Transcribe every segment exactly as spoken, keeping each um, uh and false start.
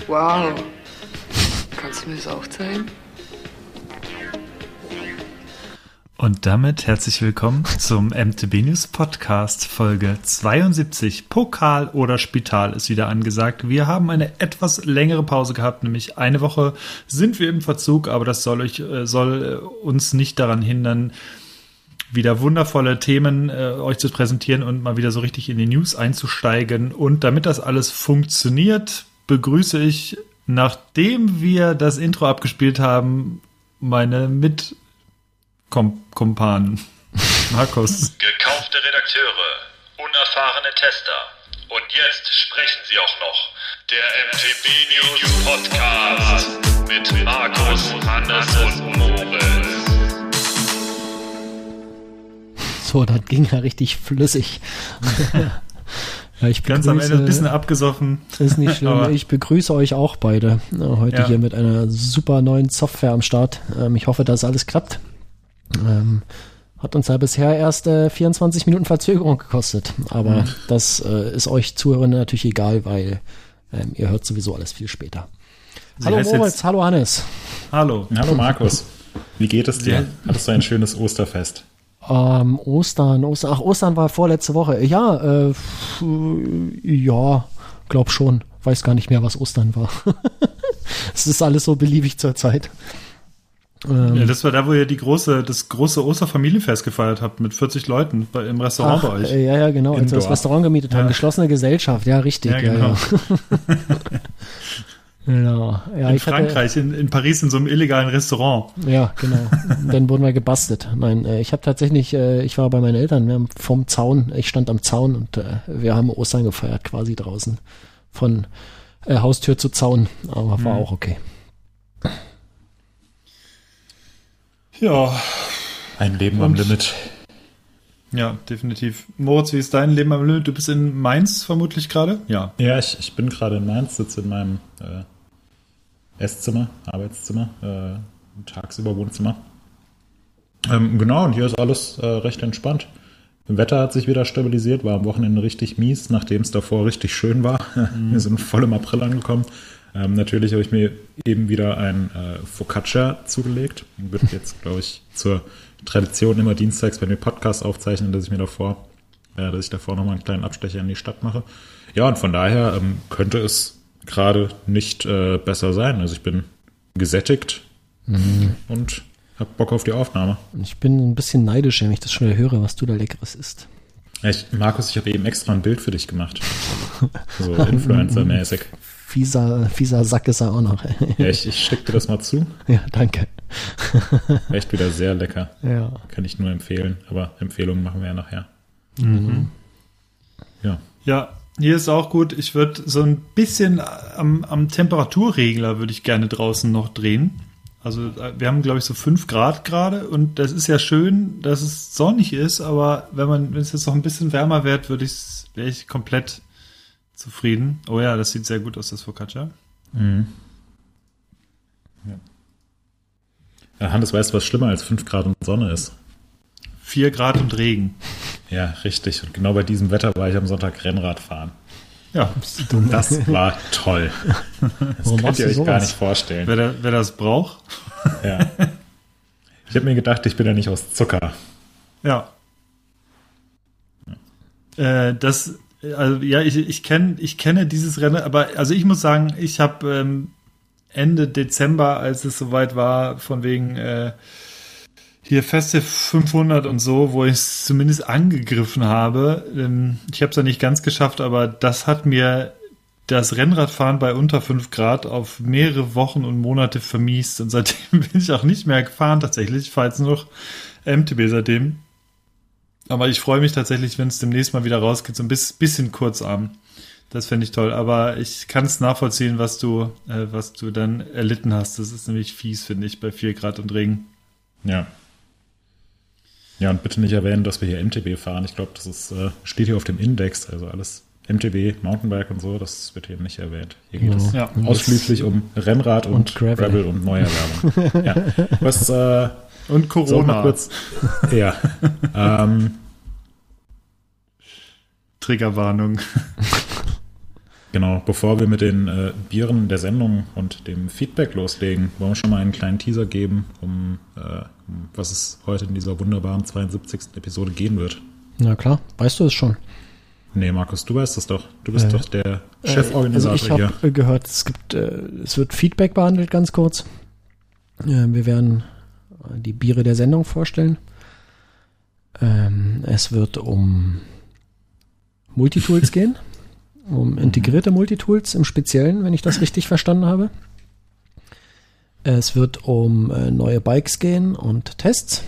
Wow. Kannst du mir das auch zeigen? Und damit herzlich willkommen zum M T B News Podcast Folge zweiundsiebzig. Pokal oder Spital ist wieder angesagt. Wir haben eine etwas längere Pause gehabt, nämlich eine Woche sind wir im Verzug, aber das soll euch soll uns nicht daran hindern, wieder wundervolle Themen äh, euch zu präsentieren und mal wieder so richtig in die News einzusteigen. Und damit das alles funktioniert, begrüße ich, nachdem wir das Intro abgespielt haben, meine Mitkompanen. Markus. Gekaufte Redakteure, unerfahrene Tester. Und jetzt sprechen sie auch noch. Der M T B News Podcast mit Markus, Hannes und Moritz. So, das ging ja richtig flüssig. Ja, ich Ganz am Ende ein bisschen abgesoffen. Ist nicht schlimm. Ich begrüße euch auch beide heute ja. hier mit einer super neuen Software am Start. Ich hoffe, dass alles klappt. Hat uns ja bisher erst vierundzwanzig Minuten Verzögerung gekostet. Aber mhm. das ist euch Zuhörern natürlich egal, weil ihr hört sowieso alles viel später. Sie hallo Moritz, jetzt... hallo Hannes. Hallo. Hallo Markus. Wie geht es dir? Ja. Hattest du ein schönes Osterfest? Ähm, Ostern, Ostern, ach, Ostern war vorletzte Woche. Ja, äh, ja, glaub schon. Weiß gar nicht mehr, was Ostern war. Es ist alles so beliebig zur Zeit. Ähm, ja, das war da, wo ihr die große, das große Osterfamilienfest gefeiert habt mit vierzig Leuten bei, im Restaurant ach, bei euch. Ja, ja, genau, als wir das Restaurant gemietet haben. Ja. Geschlossene Gesellschaft, ja, richtig. Ja, genau. Ja, ja. Genau. Ja, in ich Frankreich, hatte, in, in Paris, in so einem illegalen Restaurant. Ja, genau. Dann wurden wir gebastelt. Nein, äh, ich habe tatsächlich, äh, ich war bei meinen Eltern, wir haben vom Zaun, ich stand am Zaun und äh, wir haben Ostern gefeiert, quasi draußen. Von äh, Haustür zu Zaun, aber war hm. auch okay. Ja. Ein Leben am Limit. Ja, definitiv. Moritz, wie ist dein Leben am Limit? Du bist in Mainz vermutlich gerade? Ja. Ja, ich, ich bin gerade in Mainz, sitze in meinem äh, Esszimmer, Arbeitszimmer, äh, tagsüber Wohnzimmer. Ähm, genau, und hier ist alles äh, recht entspannt. Das Wetter hat sich wieder stabilisiert, war am Wochenende richtig mies, nachdem es davor richtig schön war. Mhm. Wir sind voll im April angekommen. Ähm, natürlich habe ich mir eben wieder ein äh, Focaccia zugelegt. Wird jetzt, glaube ich, zur Tradition immer dienstags, wenn wir Podcasts aufzeichnen, dass ich mir davor, äh, dass ich davor nochmal einen kleinen Abstecher in die Stadt mache. Ja, und von daher ähm, könnte es gerade nicht äh, besser sein. Also ich bin gesättigt mhm. und habe Bock auf die Aufnahme. Ich bin ein bisschen neidisch, wenn ich das schon wieder höre, was du da Leckeres isst. Ich, Markus, ich habe eben extra ein Bild für dich gemacht. So Influencer-mäßig. Fieser, fieser Sack ist er auch noch. Ja, ich, ich schicke dir das mal zu. Ja, danke. Echt wieder sehr lecker. Ja. Kann ich nur empfehlen. Aber Empfehlungen machen wir ja nachher. Mhm. Ja. Ja, hier ist auch gut. Ich würde so ein bisschen am, am Temperaturregler würde ich gerne draußen noch drehen. Also wir haben, glaube ich, so fünf Grad gerade und das ist ja schön, dass es sonnig ist, aber wenn man, wenn es jetzt noch ein bisschen wärmer wird, würde ich, wäre ich komplett zufrieden. Oh ja, das sieht sehr gut aus, das Focaccia. Mhm. Ja. Ja, Hannes, weißt du, was schlimmer als fünf Grad und Sonne ist? vier Grad und Regen. Ja, richtig. Und genau bei diesem Wetter war ich am Sonntag Rennrad fahren. Ja, bist du dumm. Das war toll. Das Warum könnt ihr euch sowas? Gar nicht vorstellen. Wer, da, wer das braucht. Ja. Ich habe mir gedacht, ich bin ja nicht aus Zucker. Ja. ja. Äh, das, also ja, ich, ich, kenn, ich kenne dieses Rennen, aber also ich muss sagen, ich habe ähm, Ende Dezember, als es soweit war, von wegen äh, hier Feste fünfhundert und so, wo ich es zumindest angegriffen habe. Ähm, ich habe es ja nicht ganz geschafft, aber das hat mir das Rennradfahren bei unter fünf Grad auf mehrere Wochen und Monate vermiest. Und seitdem bin ich auch nicht mehr gefahren tatsächlich. Ich fahre jetzt nur noch M T B seitdem. Aber ich freue mich tatsächlich, wenn es demnächst mal wieder rausgeht, so ein bisschen kurzarm. Das fände ich toll. Aber ich kann es nachvollziehen, was du, äh, was du dann erlitten hast. Das ist nämlich fies, finde ich, bei vier Grad und Regen. Ja. Ja, und bitte nicht erwähnen, dass wir hier M T B fahren. Ich glaube, das ist, äh, steht hier auf dem Index. Also alles M T B, Mountainbike und so, das wird hier nicht erwähnt. Hier geht es ja. ausschließlich um Rennrad und, und Gravel. Gravel und Neuerwerbung. Ja. Was, äh, und Corona. Kurz, ja. ähm, Triggerwarnung. Genau, bevor wir mit den äh, Bieren der Sendung und dem Feedback loslegen, wollen wir schon mal einen kleinen Teaser geben, um, äh, um was es heute in dieser wunderbaren zweiundsiebzigsten Episode gehen wird. Na klar, weißt du es schon. Nee, Markus, du weißt es doch. Du bist äh, doch der Cheforganisator also ich habe gehört, es gibt, äh, es wird Feedback behandelt, ganz kurz. Äh, wir werden die Biere der Sendung vorstellen. Ähm, es wird um Multitools gehen. Um integrierte Multitools im Speziellen, wenn ich das richtig verstanden habe. Es wird um äh, neue Bikes gehen und Tests.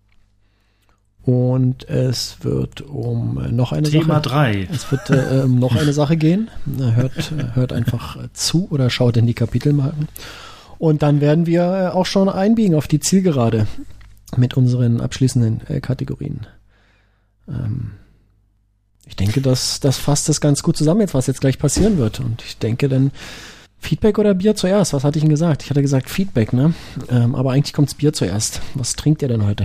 Und es wird um äh, noch eine Thema Sache. drei. Es wird äh, um noch eine Sache gehen. Hört, hört einfach zu oder schaut in die Kapitelmarken. Und dann werden wir äh, auch schon einbiegen auf die Zielgerade mit unseren abschließenden äh, Kategorien. Ähm, Ich denke, das, das fasst das ganz gut zusammen jetzt, was jetzt gleich passieren wird. Und ich denke dann, Feedback oder Bier zuerst? Was hatte ich denn gesagt? Ich hatte gesagt Feedback, ne? Ähm, aber eigentlich kommt's Bier zuerst. Was trinkt ihr denn heute?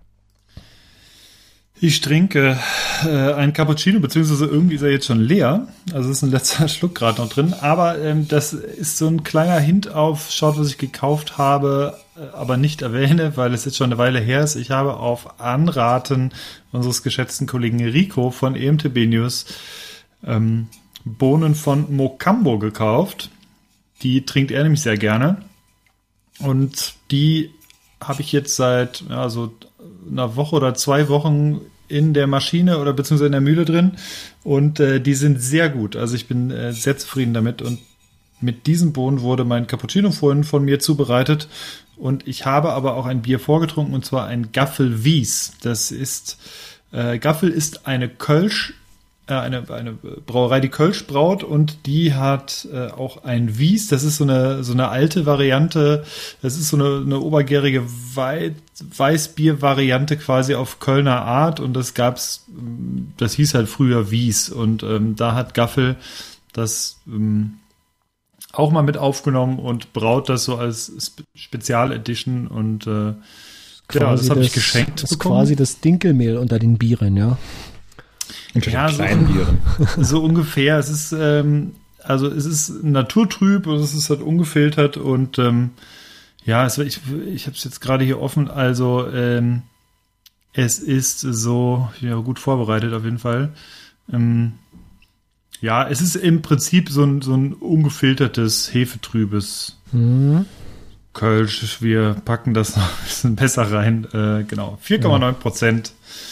Ich trinke äh, einen Cappuccino, beziehungsweise irgendwie ist er jetzt schon leer. Also ist ein letzter Schluck gerade noch drin. Aber ähm, das ist so ein kleiner Hint auf, schaut, was ich gekauft habe, äh, aber nicht erwähne, weil es jetzt schon eine Weile her ist. Ich habe auf Anraten unseres geschätzten Kollegen Rico von E M T B News ähm, Bohnen von Mocambo gekauft. Die trinkt er nämlich sehr gerne. Und die habe ich jetzt seit ja, so einer Woche oder zwei Wochen in der Maschine oder beziehungsweise in der Mühle drin. Und äh, die sind sehr gut. Also ich bin äh, sehr zufrieden damit. Und mit diesem Bohnen wurde mein Cappuccino vorhin von mir zubereitet. Und ich habe aber auch ein Bier vorgetrunken, und zwar ein Gaffel Wies. Das ist, äh, Gaffel ist eine Kölsch, äh, eine, eine Brauerei, die Kölsch braut, und die hat äh, auch ein Wies. Das ist so eine, so eine alte Variante. Das ist so eine, eine obergärige Wei- Weißbier-Variante quasi auf Kölner Art, und das gab's, das hieß halt früher Wies, und ähm, da hat Gaffel das ähm, auch mal mit aufgenommen und braut das so als Spe- Spezial-Edition, und äh, ja, das habe ich geschenkt. Das ist quasi das Dinkelmehl unter den Bieren, ja. Unter ja, den kleinen so, Bieren. So ungefähr. Es ist, ähm, also es ist naturtrüb, und es ist halt ungefiltert, und ähm, ja, es, ich, ich habe es jetzt gerade hier offen, also ähm, es ist so, ja, gut vorbereitet auf jeden Fall. Ähm, ja, es ist im Prinzip so ein, so ein ungefiltertes, hefetrübes Mhm. Kölsch. Wir packen das noch ein bisschen besser rein. Äh, genau, vier Komma neun Prozent.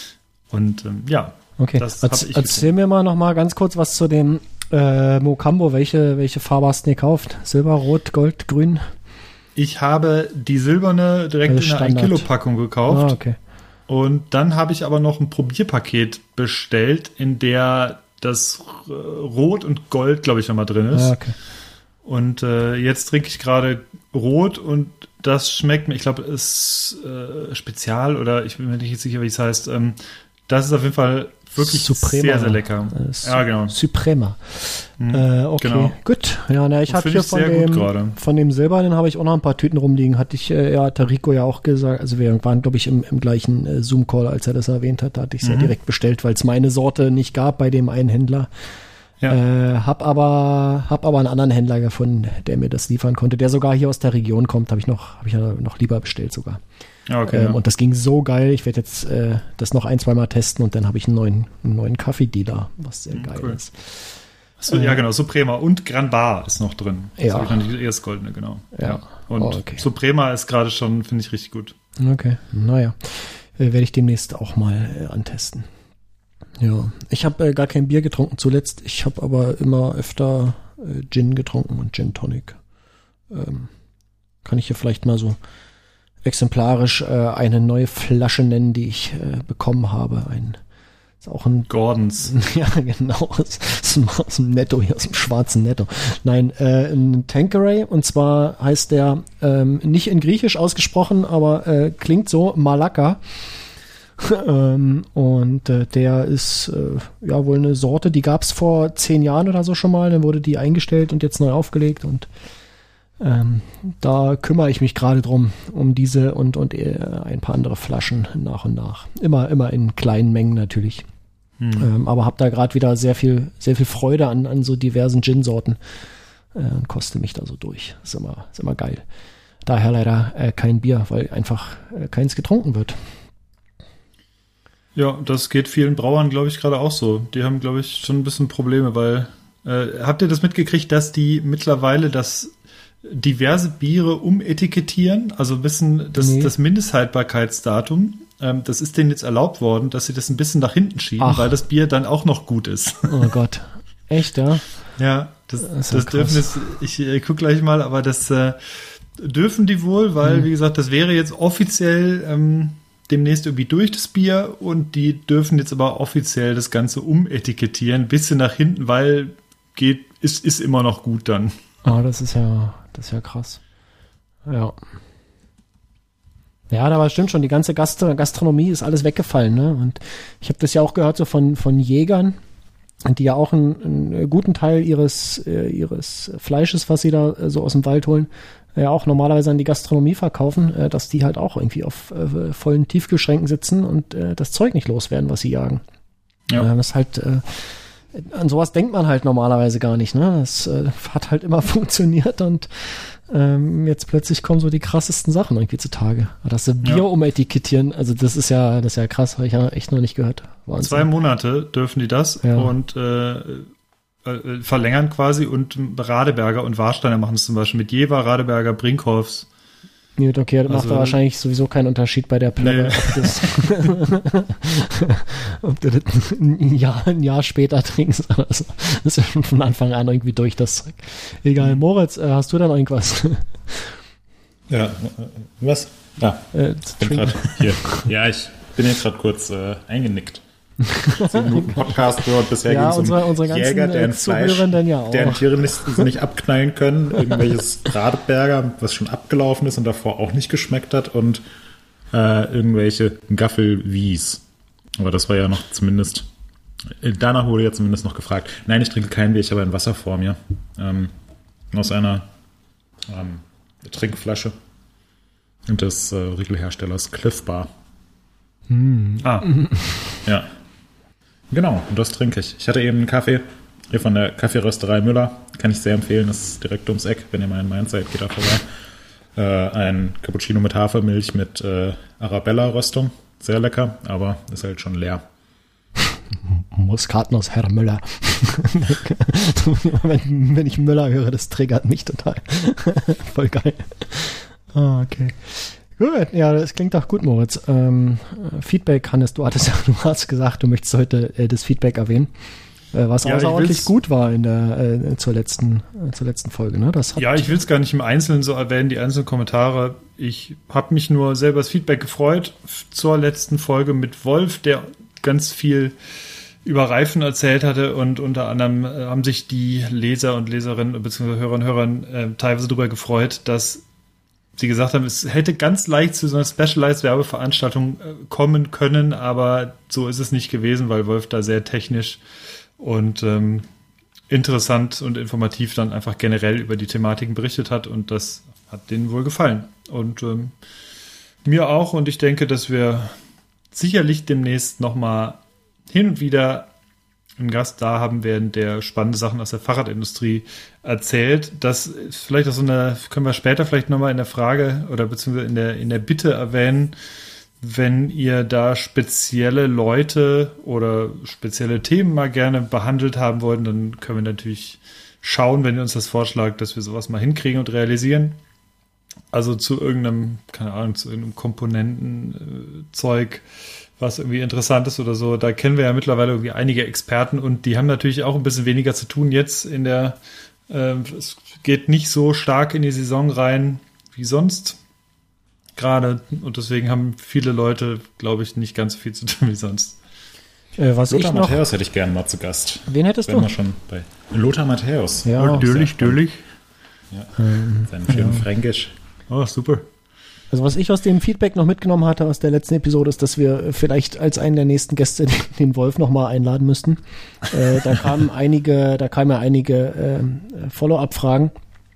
Und ähm, ja, Okay, das hab Erz, ich erzähl mir mal noch mal ganz kurz was zu dem äh, Mocambo. Welche, welche Farbe hast du denn gekauft? Silber, Rot, Gold, Grün? Ich habe die silberne direkt Also in einer Standard. ein Kilo Packung gekauft. Ah, okay. Und dann habe ich aber noch ein Probierpaket bestellt, in der das äh, Rot und Gold, glaube ich, nochmal drin ist. Ah, okay. Und äh, jetzt trinke ich gerade Rot, und das schmeckt mir, ich glaube, es ist äh, Spezial, oder ich bin mir nicht sicher, wie es heißt. Ähm, das ist auf jeden Fall wirklich Suprema. sehr, sehr lecker. Äh, Su- Ja, genau. Suprema. Mhm. Äh, okay, Genau. gut. Ja, na, ich Das habe finde hier ich von sehr gut dem, gerade. von dem Silbernen habe ich auch noch ein paar Tüten rumliegen. Hatte ich, äh, ja, hat der Rico ja auch gesagt. Also wir waren, glaube ich, im, im gleichen äh, Zoom-Call, als er das erwähnt hat. Da hatte ich es Mhm. ja direkt bestellt, weil es meine Sorte nicht gab bei dem einen Händler. Ja. Äh, hab aber hab aber einen anderen Händler gefunden, der mir das liefern konnte, der sogar hier aus der Region kommt. Habe ich noch habe ich ja noch lieber bestellt sogar. Ja, okay. ähm, ja. Und das ging so geil. Ich werde jetzt äh, das noch ein, zwei Mal testen, und dann habe ich einen neuen einen neuen Kaffeedealer, was sehr geil cool. ist. So, ja, genau, Suprema und Gran Bar ist noch drin. Das Ja. habe ich noch nicht, erst goldene, genau. Ja. Und Oh, okay. Suprema ist gerade schon, finde ich, richtig gut. Okay, naja. Äh, werde ich demnächst auch mal äh, antesten. Ja, ich habe äh, gar kein Bier getrunken zuletzt. Ich habe aber immer öfter äh, Gin getrunken und Gin Tonic. Ähm, kann ich hier vielleicht mal so exemplarisch äh, eine neue Flasche nennen, die ich äh, bekommen habe. Ein, ist auch ein Gordons. ja, genau, aus, aus, dem, aus dem Netto, hier aus dem schwarzen Netto. Nein, äh, ein Tanqueray, und zwar heißt der ähm, nicht in Griechisch ausgesprochen, aber äh, klingt so, Malaka. ähm, und äh, der ist äh, ja wohl eine Sorte, die gab es vor zehn Jahren oder so schon mal, dann wurde die eingestellt und jetzt neu aufgelegt, und ähm, da kümmere ich mich gerade drum, um diese und, und äh, ein paar andere Flaschen nach und nach. Immer, immer in kleinen Mengen natürlich. Hm. Ähm, aber habe da gerade wieder sehr viel, sehr viel Freude an, an so diversen Gin-Sorten äh, und koste mich da so durch. Ist immer, ist immer geil. Daher leider äh, kein Bier, weil einfach äh, keins getrunken wird. Ja, das geht vielen Brauern, glaube ich, gerade auch so. Die haben, glaube ich, schon ein bisschen Probleme, weil äh, habt ihr das mitgekriegt, dass die mittlerweile das diverse Biere umetikettieren? Also ein bisschen das, nee. das Mindesthaltbarkeitsdatum. Ähm, das ist denen jetzt erlaubt worden, dass sie das ein bisschen nach hinten schieben, Ach. weil das Bier dann auch noch gut ist. Oh Gott. Echt, ja? Ja, das, das, das dürfen jetzt, ich äh, guck gleich mal, aber das äh, dürfen die wohl, weil, hm. wie gesagt, das wäre jetzt offiziell ähm, demnächst irgendwie durch das Bier und die dürfen jetzt aber offiziell das Ganze umetikettieren, ein bisschen nach hinten, weil geht, ist, ist immer noch gut dann. Ah, das ist ja, das ist ja krass. Ja. Ja, aber stimmt schon, die ganze Gastro- Gastronomie ist alles weggefallen, ne? Und ich habe das ja auch gehört so von, von Jägern, die ja auch einen, einen guten Teil ihres, äh, ihres Fleisches, was sie da äh, so aus dem Wald holen, ja äh, auch normalerweise an die Gastronomie verkaufen, äh, dass die halt auch irgendwie auf äh, vollen Tiefkühlschränken sitzen und äh, das Zeug nicht loswerden, was sie jagen. Ja. Äh, das ist halt, äh, an sowas denkt man halt normalerweise gar nicht, ne? Das äh, hat halt immer funktioniert und ähm, jetzt plötzlich kommen so die krassesten Sachen irgendwie zutage. Dass sie Bier ja. umetikettieren, also das ist ja, das ist ja krass, habe ich ja echt noch nicht gehört. Wahnsinn. Zwei Monate dürfen die das ja. und äh, äh, verlängern quasi und Radeberger und Warsteiner machen es zum Beispiel mit Jever, Radeberger, Brinkhoffs. Gut, okay, das also, macht da wahrscheinlich sowieso keinen Unterschied bei der Plebbe, nee. ob, das, ob du das ein Jahr, ein Jahr später trinkst. Also, das ist ja schon von Anfang an irgendwie durch das Zeug. Egal, Moritz, äh, hast du dann irgendwas? Ja, was? Ja, äh, ich bin grad hier. Ja, ich bin jetzt gerade kurz äh, eingenickt. Zehn Minuten Podcast und bisher ja, ging es um unsere Jäger, deren Fleisch, ja deren Tiere nicht, nicht abknallen können, irgendwelches Radeberger, was schon abgelaufen ist und davor auch nicht geschmeckt hat und äh, irgendwelche Gaffel-Wies. Aber das war ja noch zumindest, danach wurde ja zumindest noch gefragt. Nein, ich trinke kein Bier, ich habe ein Wasser vor mir. Ähm, aus einer ähm, Trinkflasche und des äh, Riegelherstellers Cliff Bar. Hm. Ah. Ja. Genau, und das trinke ich. Ich hatte eben einen Kaffee hier von der Kaffeerösterei Müller. Kann ich sehr empfehlen, das ist direkt ums Eck. Wenn ihr mal in Mainz seid, geht da vorbei. Äh, ein Cappuccino mit Hafermilch mit äh, Arabella-Röstung. Sehr lecker, aber ist halt schon leer. Muskatnuss, Herr Müller. wenn, wenn ich Müller höre, das triggert mich total. Voll geil. Ah, okay. Gut, ja, das klingt doch gut, Moritz. Ähm, Feedback, Hannes, du hattest ja, du hast gesagt, du möchtest heute äh, das Feedback erwähnen, äh, was ja, außerordentlich gut war in der äh, zur letzten äh, zur letzten Folge, ne? Das hat ja, ich will es gar nicht im Einzelnen so erwähnen, die einzelnen Kommentare. Ich habe mich nur selber das Feedback gefreut zur letzten Folge mit Wolf, der ganz viel über Reifen erzählt hatte und unter anderem äh, haben sich die Leser und Leserinnen bzw. Hörer und Hörer äh, teilweise darüber gefreut, dass sie gesagt haben, es hätte ganz leicht zu so einer Specialized-Werbeveranstaltung äh, kommen können, aber so ist es nicht gewesen, weil Wolf da sehr technisch und ähm, interessant und informativ dann einfach generell über die Thematiken berichtet hat und das hat denen wohl gefallen. Und ähm, mir auch und ich denke, dass wir sicherlich demnächst nochmal hin und wieder einen Gast da haben werden, der spannende Sachen aus der Fahrradindustrie erzählt. Das ist vielleicht auch so eine, können wir später vielleicht nochmal in der Frage oder beziehungsweise in der, in der Bitte erwähnen, wenn ihr da spezielle Leute oder spezielle Themen mal gerne behandelt haben wollt, dann können wir natürlich schauen, wenn ihr uns das vorschlagt, dass wir sowas mal hinkriegen und realisieren. Also zu irgendeinem, keine Ahnung, zu irgendeinem Komponentenzeug, was irgendwie interessant ist oder so. Da kennen wir ja mittlerweile irgendwie einige Experten und die haben natürlich auch ein bisschen weniger zu tun jetzt in der, äh, es geht nicht so stark in die Saison rein wie sonst gerade und deswegen haben viele Leute, glaube ich, nicht ganz so viel zu tun wie sonst. Äh, was Lothar ich noch, Matthäus hätte ich gerne mal zu Gast. Wen hättest Wenn du? Wir schon bei Lothar Matthäus. Ja, oh, dürlich, dürlich. Ja. Ähm, Sein schönen ja. Fränkisch. Oh, super. Also was ich aus dem Feedback noch mitgenommen hatte aus der letzten Episode, ist, dass wir vielleicht als einen der nächsten Gäste den Wolf nochmal einladen müssten. Äh, da kamen einige, da kamen ja einige äh, Follow-up-Fragen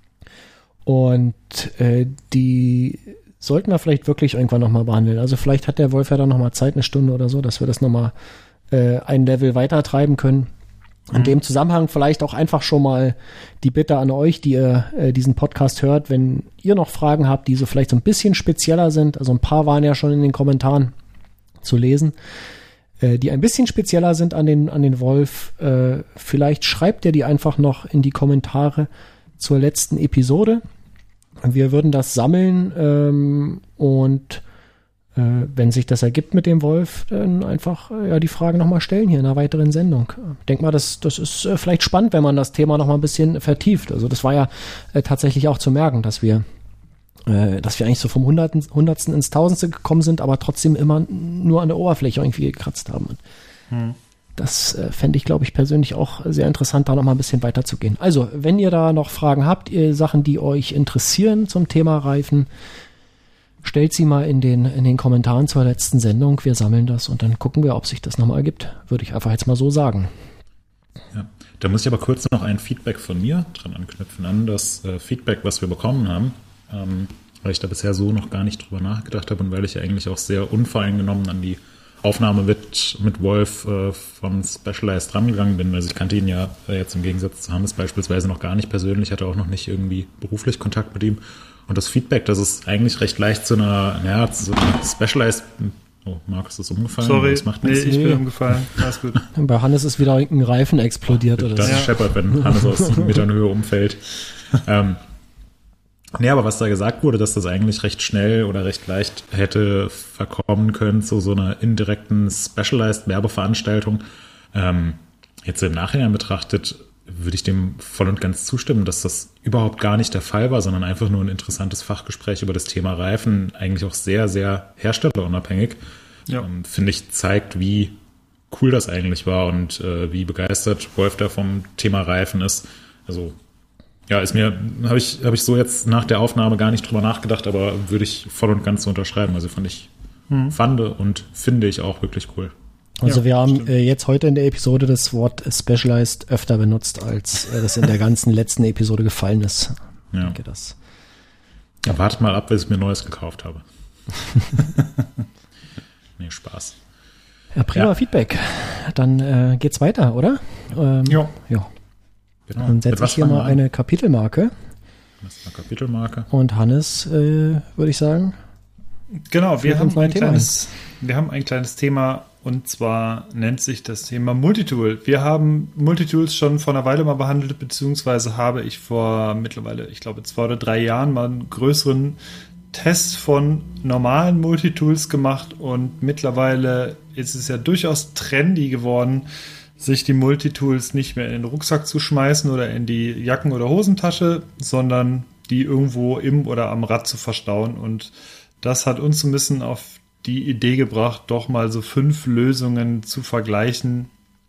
und äh, die sollten wir vielleicht wirklich irgendwann nochmal behandeln. Also vielleicht hat der Wolf ja dann nochmal Zeit, eine Stunde oder so, dass wir das nochmal äh, ein Level weiter treiben können. In dem Zusammenhang vielleicht auch einfach schon mal die Bitte an euch, die ihr äh, diesen Podcast hört, wenn ihr noch Fragen habt, die so vielleicht so ein bisschen spezieller sind, also ein paar waren ja schon in den Kommentaren zu lesen, äh, die ein bisschen spezieller sind an den, an den Wolf, äh, vielleicht schreibt ihr die einfach noch in die Kommentare zur letzten Episode. Wir würden das sammeln ähm, und Äh, wenn sich das ergibt mit dem Wolf, dann einfach äh, ja die Fragen nochmal stellen hier in einer weiteren Sendung. Ich denke mal, das, das ist äh, vielleicht spannend, wenn man das Thema nochmal ein bisschen vertieft. Also das war ja äh, tatsächlich auch zu merken, dass wir äh, dass wir eigentlich so vom Hunderten, Hundertsten ins Tausendste gekommen sind, aber trotzdem immer nur an der Oberfläche irgendwie gekratzt haben. Hm. Das äh, fände ich, glaube ich, persönlich auch sehr interessant, da nochmal ein bisschen weiterzugehen. Also, wenn ihr da noch Fragen habt, ihr Sachen, die euch interessieren zum Thema Reifen, stellt sie mal in den, in den Kommentaren zur letzten Sendung. Wir sammeln das und dann gucken wir, ob sich das nochmal ergibt. Würde ich einfach jetzt mal so sagen. Ja, da muss ich aber kurz noch ein Feedback von mir dran anknüpfen an das äh, Feedback, was wir bekommen haben, ähm, weil ich da bisher so noch gar nicht drüber nachgedacht habe und weil ich ja eigentlich auch sehr unvoreingenommen an die Aufnahme mit, mit Wolf äh, von Specialized rangegangen bin. Also ich kannte ihn ja äh, jetzt im Gegensatz zu Hannes beispielsweise noch gar nicht persönlich, hatte auch noch nicht irgendwie beruflich Kontakt mit ihm. Und das Feedback, das ist eigentlich recht leicht zu einer, ja, zu so einer Specialized. Oh, Markus ist umgefallen. Sorry, das macht nee, nichts. ich bin umgefallen. Alles gut. Bei Hannes ist wieder ein Reifen explodiert oder das so. Das scheppert, wenn Hannes aus Metern Höhe umfällt. ähm, nee, aber was da gesagt wurde, dass das eigentlich recht schnell oder recht leicht hätte verkommen können zu so einer indirekten Specialized Werbeveranstaltung. Ähm, jetzt im Nachhinein betrachtet, würde ich dem voll und ganz zustimmen, dass das überhaupt gar nicht der Fall war, sondern einfach nur ein interessantes Fachgespräch über das Thema Reifen, eigentlich auch sehr, sehr herstellerunabhängig. Ja. Ähm, finde ich, zeigt, wie cool das eigentlich war und äh, wie begeistert Wolf da vom Thema Reifen ist. Also ja, ist mir, habe ich, habe ich so jetzt nach der Aufnahme gar nicht drüber nachgedacht, aber würde ich voll und ganz so unterschreiben. Also fand ich, hm. fand und finde ich auch wirklich cool. Also ja, wir haben äh, jetzt heute in der Episode das Wort Specialized öfter benutzt, als äh, das in der ganzen letzten Episode gefallen ist. Ja. Ich denke das. Ja, wartet mal ab, bis ich mir Neues gekauft habe. Nee, Spaß. Ja, prima ja. Feedback. Dann äh, geht's weiter, oder? Ähm, ja. ja. Genau. Dann setze ich hier mal eine Kapitelmarke. Das ist eine Kapitelmarke. Und Hannes, äh, würde ich sagen. Genau, wir haben, ein kleines, wir haben ein kleines Thema. Und zwar nennt sich das Thema Multitool. Wir haben Multitools schon vor einer Weile mal behandelt, beziehungsweise habe ich vor mittlerweile, ich glaube, zwei oder drei Jahren mal einen größeren Test von normalen Multitools gemacht. Und mittlerweile ist es ja durchaus trendy geworden, sich die Multitools nicht mehr in den Rucksack zu schmeißen oder in die Jacken- oder Hosentasche, sondern die irgendwo im oder am Rad zu verstauen. Und das hat uns ein bisschen auf die Idee gebracht, doch mal so fünf Lösungen zu vergleichen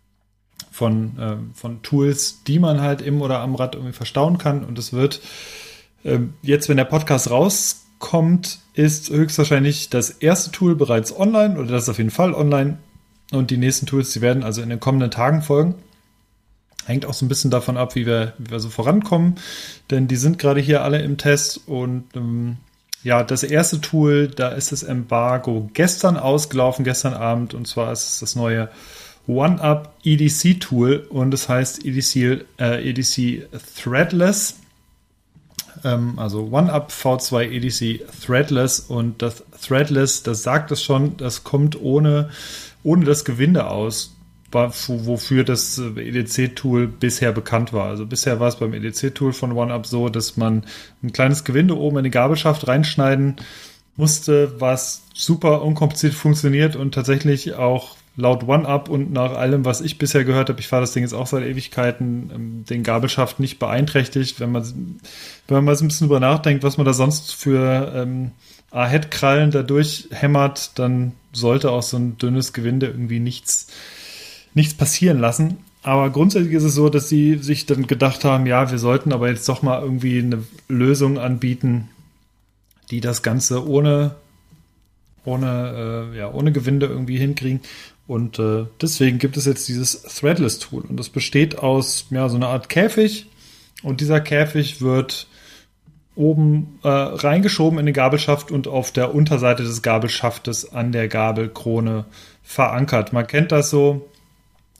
von, äh, von Tools, die man halt im oder am Rad irgendwie verstauen kann. Und es wird äh, jetzt, wenn der Podcast rauskommt, ist höchstwahrscheinlich das erste Tool bereits online oder das ist auf jeden Fall online. Und die nächsten Tools, die werden also in den kommenden Tagen folgen. Hängt auch so ein bisschen davon ab, wie wir, wie wir so vorankommen. Denn die sind gerade hier alle im Test und ähm, ja, das erste Tool, da ist das Embargo gestern ausgelaufen, gestern Abend, und zwar ist es das neue OneUp E D C Tool und es heißt E D C, äh, E D C Threadless, ähm, also OneUp V zwei E D C Threadless, und das Threadless, das sagt es schon, das kommt ohne, ohne das Gewinde aus, wofür das E D C-Tool bisher bekannt war. Also bisher war es beim E D C-Tool von OneUp so, dass man ein kleines Gewinde oben in die Gabelschaft reinschneiden musste, was super unkompliziert funktioniert und tatsächlich auch laut OneUp und nach allem, was ich bisher gehört habe, ich fahre das Ding jetzt auch seit Ewigkeiten, den Gabelschaft nicht beeinträchtigt. Wenn man, wenn man mal so ein bisschen drüber nachdenkt, was man da sonst für ähm, A-Head-Krallen da durchhämmert, dann sollte auch so ein dünnes Gewinde irgendwie nichts nichts passieren lassen. Aber grundsätzlich ist es so, dass sie sich dann gedacht haben, ja, wir sollten aber jetzt doch mal irgendwie eine Lösung anbieten, die das Ganze ohne, ohne, äh, ja, ohne Gewinde irgendwie hinkriegen. Und äh, deswegen gibt es jetzt dieses Threadless-Tool. Und das besteht aus ja, so einer Art Käfig. Und dieser Käfig wird oben äh, reingeschoben in den Gabelschaft und auf der Unterseite des Gabelschaftes an der Gabelkrone verankert. Man kennt das so,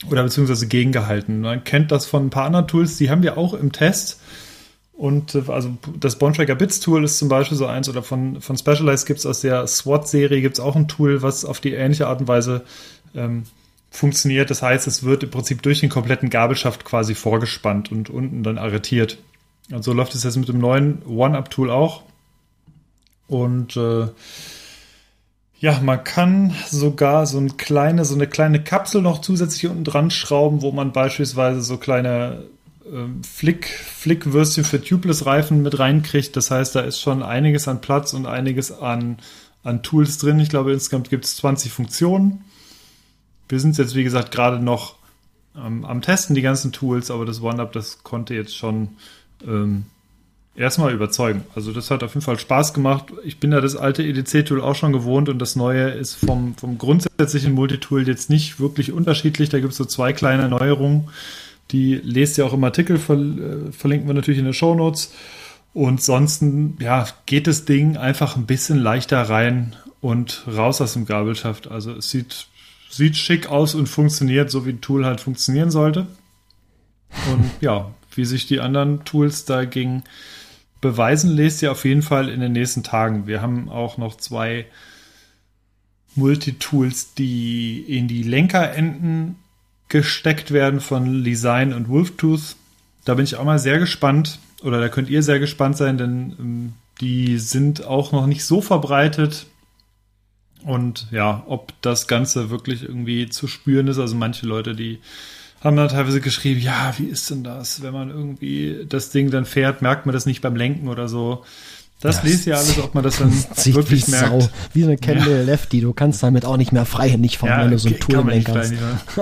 oder beziehungsweise gegengehalten. Man kennt das von ein paar anderen Tools, die haben wir auch im Test. Und also das Bontrager Bits Tool ist zum Beispiel so eins, oder von, von Specialized gibt es aus der SWAT-Serie gibt es auch ein Tool, was auf die ähnliche Art und Weise ähm, funktioniert. Das heißt, es wird im Prinzip durch den kompletten Gabelschaft quasi vorgespannt und unten dann arretiert. Und so läuft es jetzt mit dem neuen One-Up-Tool auch. Und äh, ja, man kann sogar so, ein kleine, so eine kleine Kapsel noch zusätzlich unten dran schrauben, wo man beispielsweise so kleine Flick, Flickwürstchen für Tubeless-Reifen mit reinkriegt. Das heißt, da ist schon einiges an Platz und einiges an, an Tools drin. Ich glaube, insgesamt gibt es zwanzig Funktionen. Wir sind jetzt, wie gesagt, gerade noch ähm, am Testen, die ganzen Tools, aber das One-Up, das konnte jetzt schon ähm, erstmal überzeugen. Also das hat auf jeden Fall Spaß gemacht. Ich bin ja das alte E D C-Tool auch schon gewohnt und das neue ist vom, vom grundsätzlichen Multitool jetzt nicht wirklich unterschiedlich. Da gibt es so zwei kleine Neuerungen. Die lest ihr auch im Artikel, verlinken wir natürlich in den Shownotes. Und sonst, ja, geht das Ding einfach ein bisschen leichter rein und raus aus dem Gabelschaft. Also es sieht, sieht schick aus und funktioniert, so wie ein Tool halt funktionieren sollte. Und ja, wie sich die anderen Tools dagegen beweisen, lest ihr auf jeden Fall in den nächsten Tagen. Wir haben auch noch zwei Multitools, die in die Lenkerenden gesteckt werden von Lesign und Wolftooth. Da bin ich auch mal sehr gespannt, oder da könnt ihr sehr gespannt sein, denn ähm, die sind auch noch nicht so verbreitet. Und ja, ob das Ganze wirklich irgendwie zu spüren ist, also manche Leute, die haben dann teilweise geschrieben, ja, wie ist denn das, wenn man irgendwie das Ding dann fährt, merkt man das nicht beim Lenken oder so. Das ja, lest ja alles, ob man das dann das wirklich wie merkt. Sau. Wie eine Candle ja. Lefty. Du kannst damit auch nicht mehr freihändig fahren, ja, wenn du so ein Tool im Lenker hast.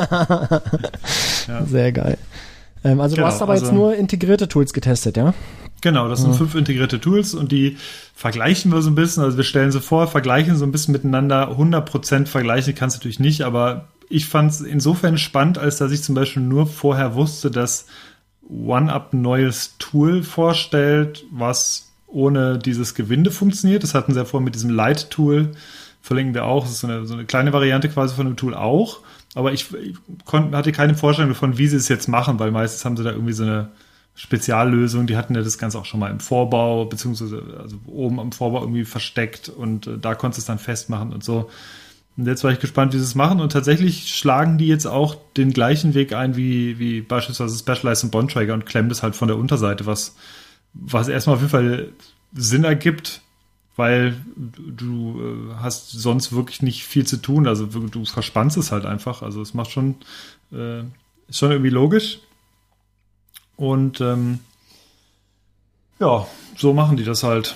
ja. Sehr geil. Ähm, also genau, du hast aber also, jetzt nur integrierte Tools getestet, ja? Genau, das sind ja. fünf integrierte Tools und die vergleichen wir so ein bisschen. Also wir stellen sie vor, vergleichen so ein bisschen miteinander. hundert Prozent vergleichen kannst du natürlich nicht, aber ich fand es insofern spannend, als dass ich zum Beispiel nur vorher wusste, dass One-Up ein neues Tool vorstellt, was ohne dieses Gewinde funktioniert. Das hatten sie ja vorher mit diesem Light-Tool, verlinken wir auch. Das ist so eine, so eine kleine Variante quasi von dem Tool auch. Aber ich, ich kon, hatte keine Vorstellung davon, wie sie es jetzt machen, weil meistens haben sie da irgendwie so eine Speziallösung. Die hatten ja das Ganze auch schon mal im Vorbau, beziehungsweise also oben am Vorbau irgendwie versteckt und äh, da konntest du es dann festmachen und so. Und jetzt war ich gespannt, wie sie es machen. Und tatsächlich schlagen die jetzt auch den gleichen Weg ein wie, wie beispielsweise Specialized und Bontrager und klemmen das halt von der Unterseite, was Was erstmal auf jeden Fall Sinn ergibt, weil du äh, hast sonst wirklich nicht viel zu tun. Also du verspannst es halt einfach. Also es macht schon, äh, ist schon irgendwie logisch. Und ähm, ja, so machen die das halt.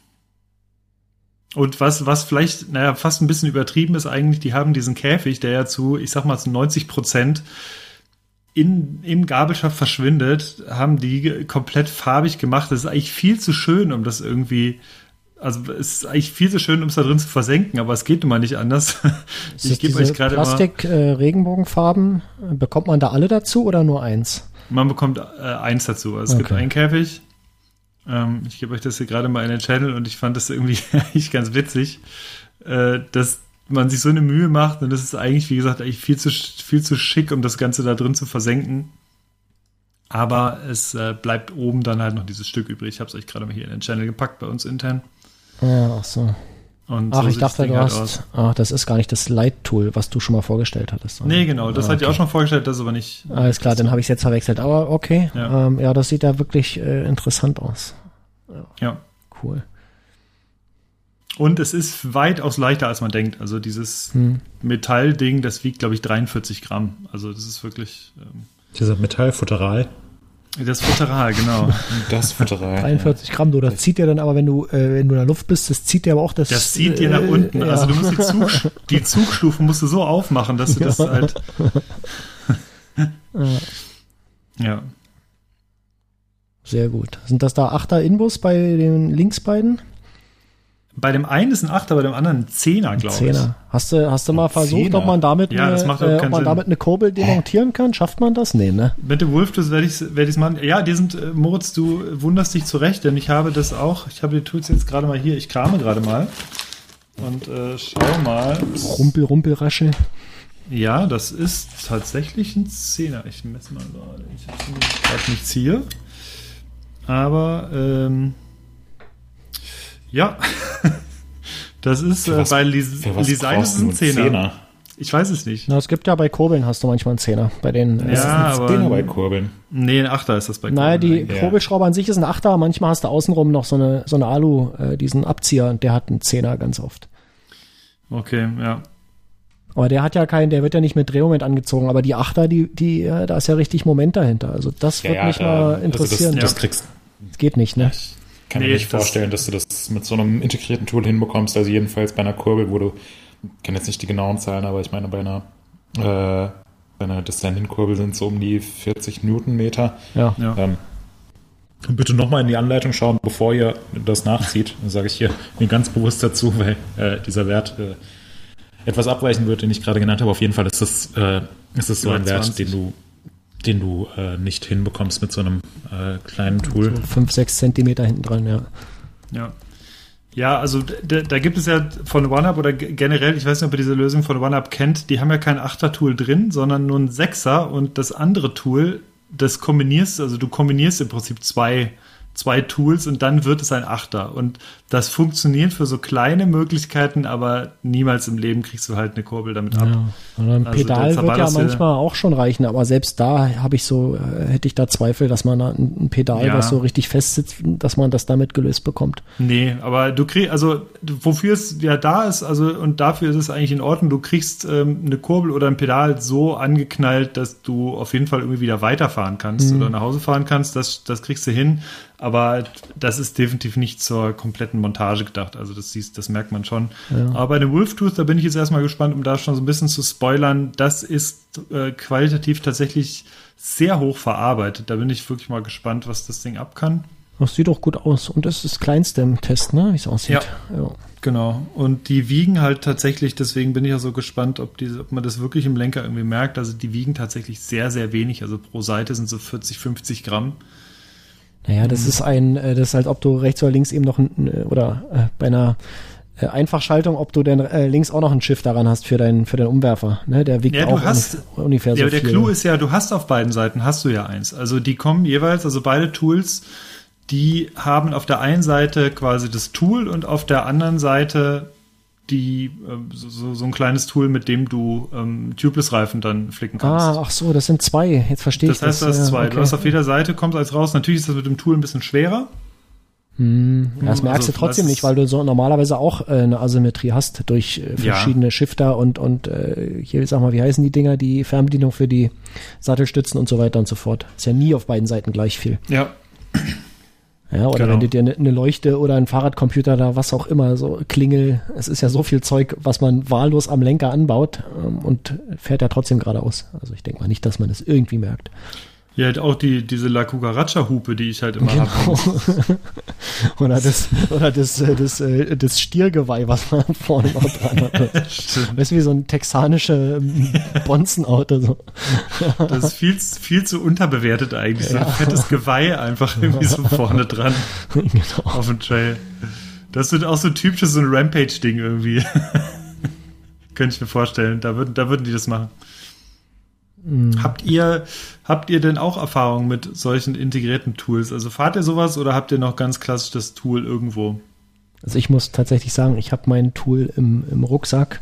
Und was, was vielleicht, naja, fast ein bisschen übertrieben ist eigentlich, die haben diesen Käfig, der ja zu, ich sag mal, zu neunzig Prozent In, im Gabelschaft verschwindet, haben die komplett farbig gemacht. Das ist eigentlich viel zu schön, um das irgendwie, also es ist eigentlich viel zu schön, um es da drin zu versenken, aber es geht nun mal nicht anders. Ich gebe euch gerade mal Plastik-Regenbogenfarben, äh, bekommt man da alle dazu oder nur eins? Man bekommt äh, eins dazu. Also es okay. gibt einen Käfig. Ähm, ich gebe euch das hier gerade mal in den Channel und ich fand das irgendwie eigentlich ganz witzig, äh, dass man sich so eine Mühe macht und das ist eigentlich, wie gesagt, eigentlich viel zu, viel zu schick, um das Ganze da drin zu versenken. Aber es äh, bleibt oben dann halt noch dieses Stück übrig. Ich habe es euch gerade mal hier in den Channel gepackt bei uns intern. Ja, ach so. Und ach, so ich dachte, du halt hast, ach, das ist gar nicht das Light-Tool, was du schon mal vorgestellt hattest. Nee, genau, das ah, hatte okay. ich auch schon vorgestellt, das ist aber nicht. Alles klar, dann habe ich es jetzt verwechselt. Aber okay, ja, ähm, ja das sieht ja wirklich äh, interessant aus. Ja. ja. Cool. Und es ist weitaus leichter, als man denkt. Also dieses hm. Metallding, das wiegt, glaube ich, dreiundvierzig Gramm. Also das ist wirklich... Ähm, Dieser Metallfutteral. Das Futteral, genau. Das Futteral. dreiundvierzig ja. Gramm, du, das zieht ja dann aber, wenn du, äh, wenn du in der Luft bist, das zieht ja aber auch das... Das zieht dir äh, nach unten. Ja. Also du musst die, Zug, die Zugstufen musst du so aufmachen, dass du ja. das halt... ja. Sehr gut. Sind das da Achter-Inbus bei den links beiden? Bei dem einen ist ein Achter, bei dem anderen ein Zehner, glaube ich. Zehner. Hast du, hast du mal ein versucht, Zehner. ob man damit ja, eine, äh, ob man damit eine Kurbel demontieren kann? Schafft man das? Nee, ne? Mit dem Wolftooth werde ich es werd machen. Ja, die sind, äh, Moritz, du wunderst dich zurecht, denn ich habe das auch, ich habe die Tools jetzt gerade mal hier, ich krame gerade mal und äh, schau mal. Rumpel, Rumpel, Raschel. Ja, das ist tatsächlich ein Zehner. Ich messe mal gerade. Ich habe gerade nichts hier. Aber, ähm, ja, das ist äh, bei Design ist ein Zehner. Zehner. Ich weiß es nicht. Na, es gibt ja bei Kurbeln hast du manchmal einen Zehner. Bei den, ja, äh, ist ein Zehner bei Kurbeln. Nee, ein Achter ist das bei Kurbeln. Naja, die eigentlich. Kurbelschraube an sich ist ein Achter. Manchmal hast du außenrum noch so eine, so eine Alu, äh, diesen Abzieher, und der hat einen Zehner ganz oft. Okay, ja. Aber der hat ja keinen, der wird ja nicht mit Drehmoment angezogen, aber die Achter, die, die, ja, da ist ja richtig Moment dahinter. Also das ja, wird ja, mich da, mal interessieren. Also das, das kriegst das geht nicht, ne? Ich kann nee, mir nicht das vorstellen, dass du das mit so einem integrierten Tool hinbekommst. Also jedenfalls bei einer Kurbel, wo du, ich kenne jetzt nicht die genauen Zahlen, aber ich meine bei einer, äh, bei einer Descending-Kurbel sind es so um die vierzig Newtonmeter. Ja. ja. Ähm, bitte nochmal in die Anleitung schauen, bevor ihr das nachzieht. Das sage ich hier mir ganz bewusst dazu, weil äh, dieser Wert äh, etwas abweichen wird, den ich gerade genannt habe. Auf jeden Fall ist das, äh, ist das so ein Wert, den du, den du äh, nicht hinbekommst mit so einem äh, kleinen Tool. So fünf, sechs Zentimeter hinten dran, ja. Ja. Ja, also da, da gibt es ja von OneUp oder generell, ich weiß nicht, ob ihr diese Lösung von OneUp kennt, die haben ja kein Achter-Tool drin, sondern nur ein Sechser, und das andere Tool, das kombinierst, also du kombinierst im Prinzip zwei, zwei Tools und dann wird es ein Achter. Und das funktioniert für so kleine Möglichkeiten, aber niemals im Leben kriegst du halt eine Kurbel damit ab. Ja. Oder ein Also Pedal der wird ja Zabalas- manchmal auch schon reichen, aber selbst da habe ich so, äh, hätte ich da Zweifel, dass man da ein, ein Pedal, Ja. was so richtig fest sitzt, dass man das damit gelöst bekommt. Nee, aber du kriegst, also wofür es ja da ist, also und dafür ist es eigentlich in Ordnung, du kriegst ähm, eine Kurbel oder ein Pedal so angeknallt, dass du auf jeden Fall irgendwie wieder weiterfahren kannst Mhm. oder nach Hause fahren kannst, das, das kriegst du hin, aber das ist definitiv nicht zur kompletten Montage gedacht, also das siehst, das merkt man schon. Ja. Aber bei dem Wolftooth, da bin ich jetzt erstmal gespannt, um da schon so ein bisschen zu spoilern, das ist äh, qualitativ tatsächlich sehr hoch verarbeitet, da bin ich wirklich mal gespannt, was das Ding ab kann. Das sieht doch gut aus. Und das ist das Kleinste im Test, ne? Wie es aussieht. Ja. Genau. Und die wiegen halt tatsächlich, deswegen bin ich ja so gespannt, ob, die, ob man das wirklich im Lenker irgendwie merkt. Also die wiegen tatsächlich sehr, sehr wenig. Also pro Seite sind so vierzig, fünfzig Gramm. Naja, das ist ein, äh, das ist halt, ob du rechts oder links eben noch ein, äh, oder äh, bei einer äh, Einfachschaltung, ob du dann äh, links auch noch einen Shift daran hast für deinen, für deinen Umwerfer. Ne? Der wiegt Ja, du auch hast- ungef- ungefähr Ja, so aber der viel. Clou ist ja, du hast auf beiden Seiten, hast du ja eins. Also die kommen jeweils, also beide Tools, die haben auf der einen Seite quasi das Tool und auf der anderen Seite die ähm, so, so, so ein kleines Tool, mit dem du ähm, Tubeless-Reifen dann flicken kannst. Ah, ach so, das sind zwei. Jetzt verstehe ich das heißt, das. du hast ja, zwei. okay. Du hast auf jeder Seite, kommt als raus. Natürlich ist das mit dem Tool ein bisschen schwerer. Hm, ja, das merkst Also, du trotzdem das- nicht, weil du so normalerweise auch äh, eine Asymmetrie hast durch äh, Ja. verschiedene Shifter und und äh, hier, sag mal, wie heißen die Dinger, die Fernbedienung für die Sattelstützen und so weiter und so fort. Ist ja nie auf beiden Seiten gleich viel. Ja. Ja, oder Genau. wenn du dir eine ne Leuchte oder ein Fahrradcomputer da, was auch immer, so Klingel, es ist ja so viel Zeug, was man wahllos am Lenker anbaut ähm, und fährt ja trotzdem geradeaus. Also ich denke mal nicht, dass man das irgendwie merkt. Ja, halt auch die, diese La Cucaracha-Hupe, die ich halt immer Genau. habe. oder das, oder das, äh, das, äh, das Stiergeweih, was man vorne noch dran hat. Stimmt. Weißt du, wie so ein texanische ähm, Bonzenauto. So. Das ist viel, viel zu unterbewertet eigentlich. So ein fettes Geweih einfach irgendwie so vorne dran Genau. auf dem Trail. Das wird auch so typisches so ein Rampage-Ding irgendwie. Könnte ich mir vorstellen. Da würden, da würden die das machen. Mhm. Habt ihr, habt ihr denn auch Erfahrung mit solchen integrierten Tools? Also fahrt ihr sowas oder habt ihr noch ganz klassisch das Tool irgendwo? Also ich muss tatsächlich sagen, ich habe mein Tool im, im Rucksack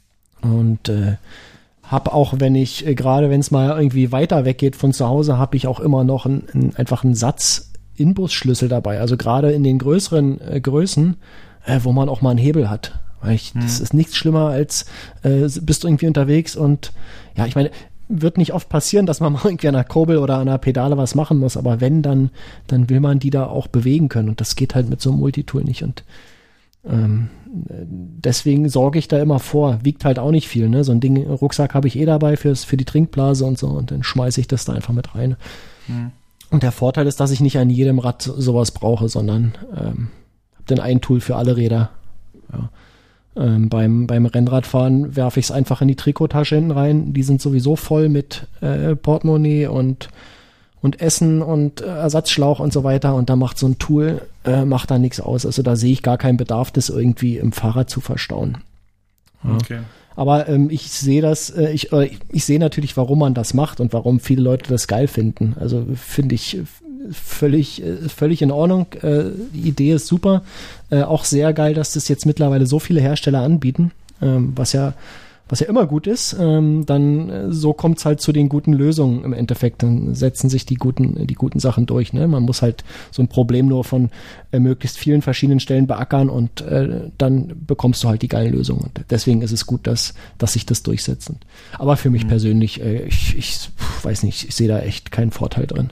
und äh, habe auch, wenn ich, äh, gerade wenn es mal irgendwie weiter weggeht von zu Hause, habe ich auch immer noch ein, ein, einfach einen Satz Inbusschlüssel dabei. Also gerade in den größeren äh, Größen, äh, wo man auch mal einen Hebel hat. Weil ich, Hm. das ist nichts schlimmer als, äh, bist du irgendwie unterwegs und ja, ich meine, wird nicht oft passieren, dass man mal irgendwie an einer Kurbel oder an einer Pedale was machen muss, aber wenn, dann, dann will man die da auch bewegen können und das geht halt mit so einem Multitool nicht und ähm, deswegen sorge ich da immer vor, wiegt halt auch nicht viel, ne? So ein Ding, Rucksack habe ich eh dabei fürs, für die Trinkblase und so und dann schmeiße ich das da einfach mit rein. Hm. Und der Vorteil ist, dass ich nicht an jedem Rad sowas brauche, sondern ähm, habe dann ein Tool für alle Räder. Ja. Ähm, beim, beim Rennradfahren werfe ich es einfach in die Trikottasche hinten rein. Die sind sowieso voll mit äh, Portemonnaie und, und Essen und äh, Ersatzschlauch und so weiter. Und da macht so ein Tool, äh, macht da nichts aus. Also da sehe ich gar keinen Bedarf, das irgendwie im Fahrrad zu verstauen. Ja. Okay. Aber ähm, ich sehe das, äh, ich, äh, ich sehe natürlich, warum man das macht und warum viele Leute das geil finden. Also finde ich völlig, äh, völlig in Ordnung. Äh, die Idee ist super. Äh, auch sehr geil, dass das jetzt mittlerweile so viele Hersteller anbieten, ähm, was ja was ja immer gut ist. Ähm, dann äh, so kommt es halt zu den guten Lösungen im Endeffekt. Dann setzen sich die guten, die guten Sachen durch. Ne? Man muss halt so ein Problem nur von äh, möglichst vielen verschiedenen Stellen beackern und äh, dann bekommst du halt die geilen Lösungen. Und deswegen ist es gut, dass, dass sich das durchsetzt. Aber für mich mhm. persönlich, äh, ich, ich weiß nicht, ich sehe da echt keinen Vorteil drin.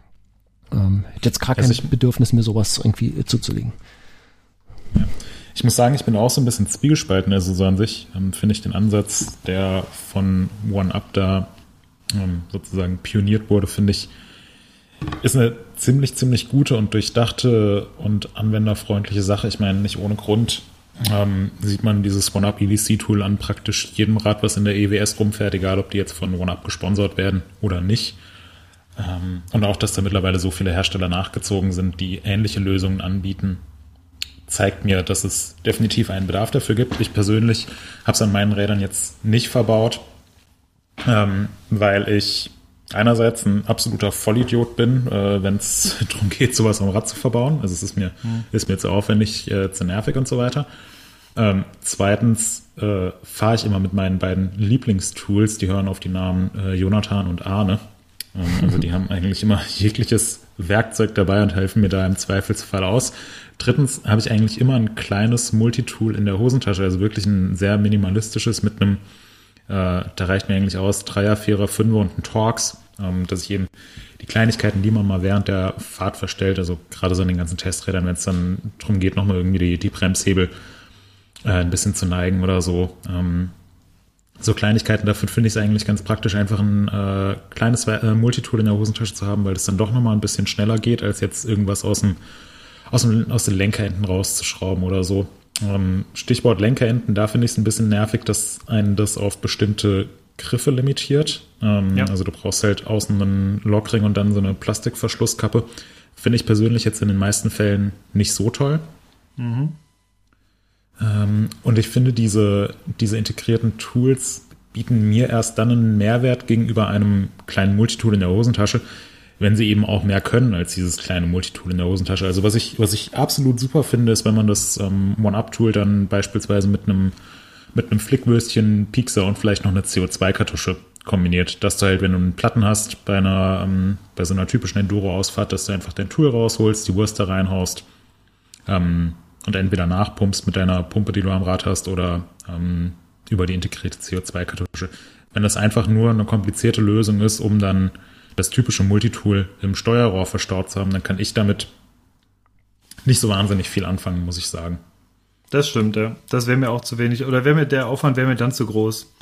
Ähm, hätte jetzt gar kein also Bedürfnis, mir sowas irgendwie äh, zuzulegen. Ja. Ich muss sagen, ich bin auch so ein bisschen zwiegespalten. Also so an sich ähm, finde ich den Ansatz, der von OneUp da ähm, sozusagen pioniert wurde, finde ich, ist eine ziemlich, ziemlich gute und durchdachte und anwenderfreundliche Sache. Ich meine, nicht ohne Grund ähm, sieht man dieses OneUp E V C-Tool an praktisch jedem Rad, was in der E W S rumfährt, egal ob die jetzt von OneUp gesponsert werden oder nicht. Ähm, und auch, dass da mittlerweile so viele Hersteller nachgezogen sind, die ähnliche Lösungen anbieten, zeigt mir, dass es definitiv einen Bedarf dafür gibt. Ich persönlich habe es an meinen Rädern jetzt nicht verbaut, ähm, weil ich einerseits ein absoluter Vollidiot bin, äh, wenn es darum geht, sowas am Rad zu verbauen. Also es ist mir, mhm. ist mir zu aufwendig, äh, zu nervig und so weiter. Ähm, zweitens äh, fahre ich immer mit meinen beiden Lieblingstools, die hören auf die Namen äh, Jonathan und Arne. Ähm, also die haben eigentlich immer jegliches Werkzeug dabei und helfen mir da im Zweifelsfall aus. Drittens habe ich eigentlich immer ein kleines Multitool in der Hosentasche, also wirklich ein sehr minimalistisches mit einem, äh, da reicht mir eigentlich aus, Dreier, Vierer, Fünfer und ein Torx, ähm, dass ich eben die Kleinigkeiten, die man mal während der Fahrt verstellt, also gerade so an den ganzen Testrädern, wenn es dann darum geht, nochmal irgendwie die, die Bremshebel äh, ein bisschen zu neigen oder so, ähm, so Kleinigkeiten, dafür finde ich es eigentlich ganz praktisch, einfach ein äh, kleines äh, Multitool in der Hosentasche zu haben, weil es dann doch nochmal ein bisschen schneller geht, als jetzt irgendwas aus dem Aus, dem, aus den Lenkerenden rauszuschrauben oder so. Ähm, Stichwort Lenkerenden, da finde ich es ein bisschen nervig, dass einen das auf bestimmte Griffe limitiert. Ähm, ja. Also du brauchst halt außen einen Lockring und dann so eine Plastikverschlusskappe. Finde ich persönlich jetzt in den meisten Fällen nicht so toll. Mhm. Ähm, und ich finde, diese, diese integrierten Tools bieten mir erst dann einen Mehrwert gegenüber einem kleinen Multitool in der Hosentasche, wenn sie eben auch mehr können als dieses kleine Multitool in der Hosentasche. Also was ich, was ich absolut super finde, ist, wenn man das ähm, OneUp-Tool dann beispielsweise mit einem mit einem Flickwürstchen, Piekser und vielleicht noch eine C O zwei Kartusche kombiniert. Dass du halt, wenn du einen Platten hast bei einer ähm, bei so einer typischen Enduro-Ausfahrt, dass du einfach dein Tool rausholst, die Wurst da reinhaust ähm, und entweder nachpumpst mit deiner Pumpe, die du am Rad hast, oder ähm, über die integrierte C O zwei Kartusche. Wenn das einfach nur eine komplizierte Lösung ist, um dann das typische Multitool im Steuerrohr verstaut zu haben, dann kann ich damit nicht so wahnsinnig viel anfangen, muss ich sagen. Das stimmt, ja. Das wäre mir auch zu wenig. Oder wäre mir der Aufwand wäre mir dann zu groß.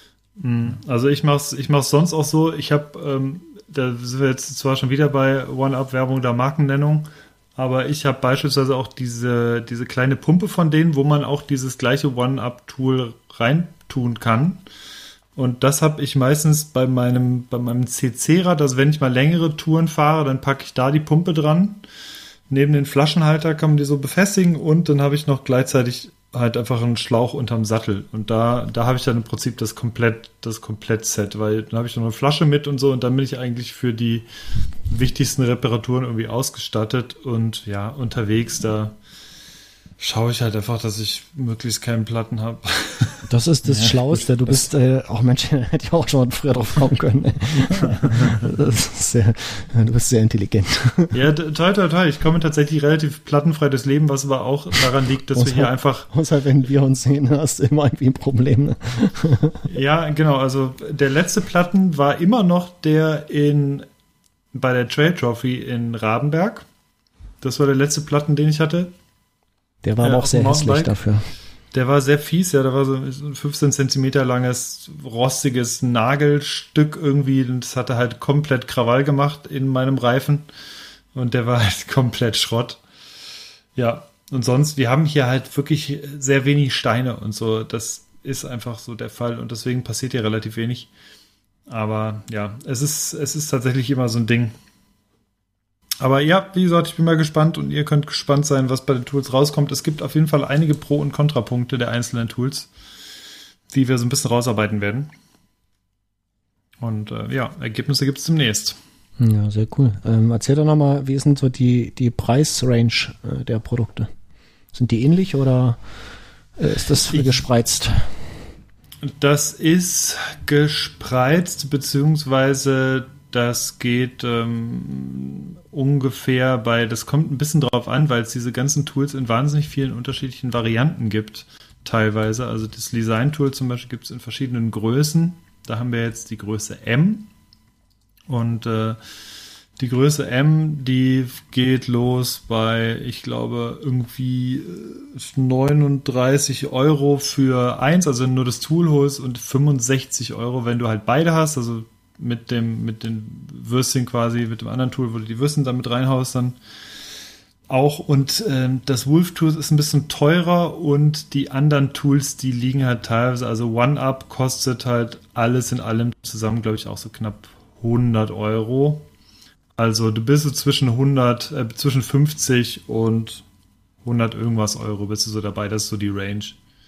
Also ich mach's, ich mach's sonst auch so. Ich habe, ähm, da sind wir jetzt zwar schon wieder bei OneUp-Werbung oder Markennennung, aber ich habe beispielsweise auch diese, diese kleine Pumpe von denen, wo man auch dieses gleiche OneUp-Tool reintun kann. Und das habe ich meistens bei meinem, bei meinem C C-Rad, also wenn ich mal längere Touren fahre, dann packe ich da die Pumpe dran. Neben den Flaschenhalter kann man die so befestigen und dann habe ich noch gleichzeitig halt einfach einen Schlauch unterm Sattel. Und da, da habe ich dann im Prinzip das komplett, das Komplett-Set, weil dann habe ich noch eine Flasche mit und so und dann bin ich eigentlich für die wichtigsten Reparaturen irgendwie ausgestattet und ja, unterwegs, da schaue ich halt einfach, dass ich möglichst keinen Platten habe. Das ist das ja, Schlauste. Du bist, äh, auch Mensch, hätte ich auch schon früher drauf kommen können. Das ist sehr, du bist sehr intelligent. Ja, toll, toll, toll. Ich komme tatsächlich relativ plattenfrei durchs Leben, was aber auch daran liegt, dass wir hier einfach... Außer wenn wir uns sehen, hast du immer irgendwie ein Problem. Ne? Ja, genau. Also der letzte Platten war immer noch der in bei der Trail Trophy in Rabenberg. Das war der letzte Platten, den ich hatte. Der war ja, aber auch sehr hässlich dafür. Der war sehr fies, ja, da war so ein fünfzehn Zentimeter langes, rostiges Nagelstück irgendwie und das hatte halt komplett Krawall gemacht in meinem Reifen und der war halt komplett Schrott. Ja, und sonst, wir haben hier halt wirklich sehr wenig Steine und so, das ist einfach so der Fall und deswegen passiert hier relativ wenig. Aber ja, es ist, es ist tatsächlich immer so ein Ding. Aber ja, wie gesagt, ich bin mal gespannt und ihr könnt gespannt sein, was bei den Tools rauskommt. Es gibt auf jeden Fall einige Pro- und Kontrapunkte der einzelnen Tools. die wir so ein bisschen rausarbeiten werden. Und äh, ja, Ergebnisse gibt es demnächst. Ja, sehr cool. Ähm, erzähl doch nochmal, wie ist denn so die, die Preisrange äh, der Produkte? Sind die ähnlich oder äh, ist das Ich, gespreizt? Das ist gespreizt, beziehungsweise das geht ähm, ungefähr bei, das kommt ein bisschen drauf an, weil es diese ganzen Tools in wahnsinnig vielen unterschiedlichen Varianten gibt, teilweise. Also das Design-Tool zum Beispiel gibt es in verschiedenen Größen. Da haben wir jetzt die Größe M. Und äh, die Größe M, die geht los bei, ich glaube, irgendwie neununddreißig Euro für eins, also wenn du nur das Tool holst, und fünfundsechzig Euro, wenn du halt beide hast, also mit dem, mit den Würstchen quasi, mit dem anderen Tool, wo du die Würstchen dann mit reinhaust, dann auch. Und ähm, das Wolf-Tool ist ein bisschen teurer und die anderen Tools, die liegen halt teilweise, also OneUp kostet halt alles in allem zusammen, glaube ich, auch so knapp hundert Euro. Also du bist so zwischen hundert, äh, zwischen fünfzig und hundert irgendwas Euro bist du so dabei, das ist so die Range.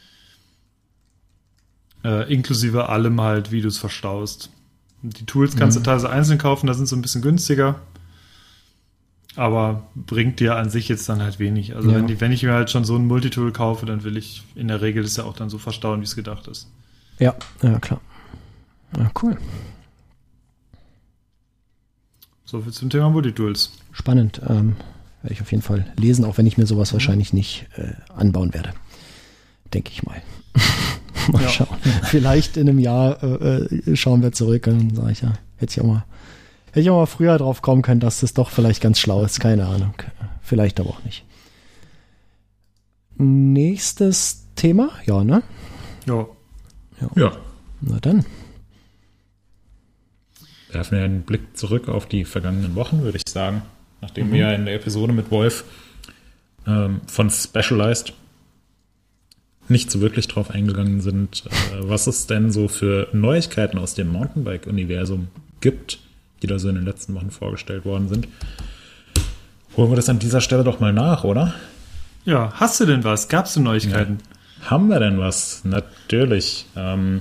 Äh, inklusive allem halt, wie du es verstaust. Die Tools kannst mhm. du teilweise einzeln kaufen, da sind sie ein bisschen günstiger. Aber bringt dir an sich jetzt dann halt wenig. Also ja. wenn, die, wenn ich mir halt schon so ein Multitool kaufe, dann will ich in der Regel das ja auch dann so verstauen, wie es gedacht ist. Ja, ja klar. Ja, cool. So viel zum Thema Multitools. Spannend. Ähm, werde ich auf jeden Fall lesen, auch wenn ich mir sowas mhm. wahrscheinlich nicht äh, anbauen werde. Denke ich mal. mal ja. schauen. Vielleicht in einem Jahr äh, schauen wir zurück und dann sage ich, ja, hätte ich auch mal, hätte ich auch mal früher drauf kommen können, dass das doch vielleicht ganz schlau ist. Keine Ahnung. Vielleicht aber auch nicht. Nächstes Thema? Ja, ne? Ja. Ja. ja. Na dann. Werfen wir einen Blick zurück auf die vergangenen Wochen, würde ich sagen. Nachdem mhm. wir in der Episode mit Wolf ähm, von Specialized nicht so wirklich drauf eingegangen sind, äh, was es denn so für Neuigkeiten aus dem Mountainbike-Universum gibt, die da so in den letzten Wochen vorgestellt worden sind. Holen wir das an dieser Stelle doch mal nach, oder? Ja, hast du denn was? Gab's denn Neuigkeiten? Ja. Haben wir denn was? Natürlich. Ähm,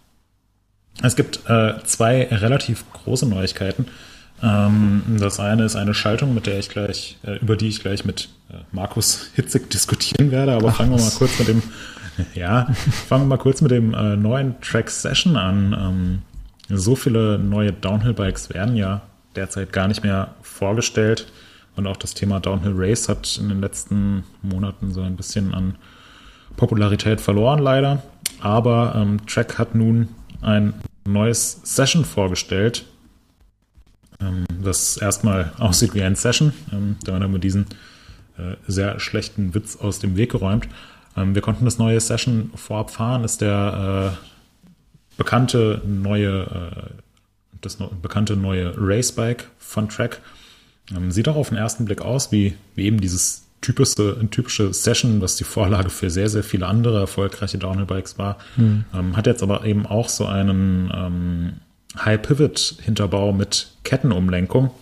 es gibt äh, zwei relativ große Neuigkeiten. Ähm, das eine ist eine Schaltung, mit der ich gleich, äh, über die ich gleich mit äh, Markus hitzig diskutieren werde. Aber Ach, fangen wir mal kurz mit dem, ja, fangen wir mal kurz mit dem äh, neuen Track Session an. Ähm, so viele neue Downhill-Bikes werden ja derzeit gar nicht mehr vorgestellt. Und auch das Thema Downhill Race hat in den letzten Monaten so ein bisschen an Popularität verloren, leider. Aber ähm, Trek hat nun ein neues Session vorgestellt, ähm, das erstmal aussieht wie ein Session. Ähm, damit haben wir diesen äh, sehr schlechten Witz aus dem Weg geräumt. Ähm, wir konnten das neue Session vorab fahren. Ist der äh, bekannte neue, äh, das no- bekannte neue Racebike von Trek. Ähm, sieht auch auf den ersten Blick aus wie, wie eben dieses typische, typische Session, was die Vorlage für sehr, sehr viele andere erfolgreiche Downhill-Bikes war. Hm. Ähm, hat jetzt aber eben auch so einen ähm, High-Pivot-Hinterbau mit Kettenumlenkung,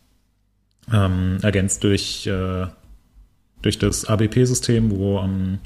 ähm, ergänzt durch, äh, durch das A B P-System, wo ähm,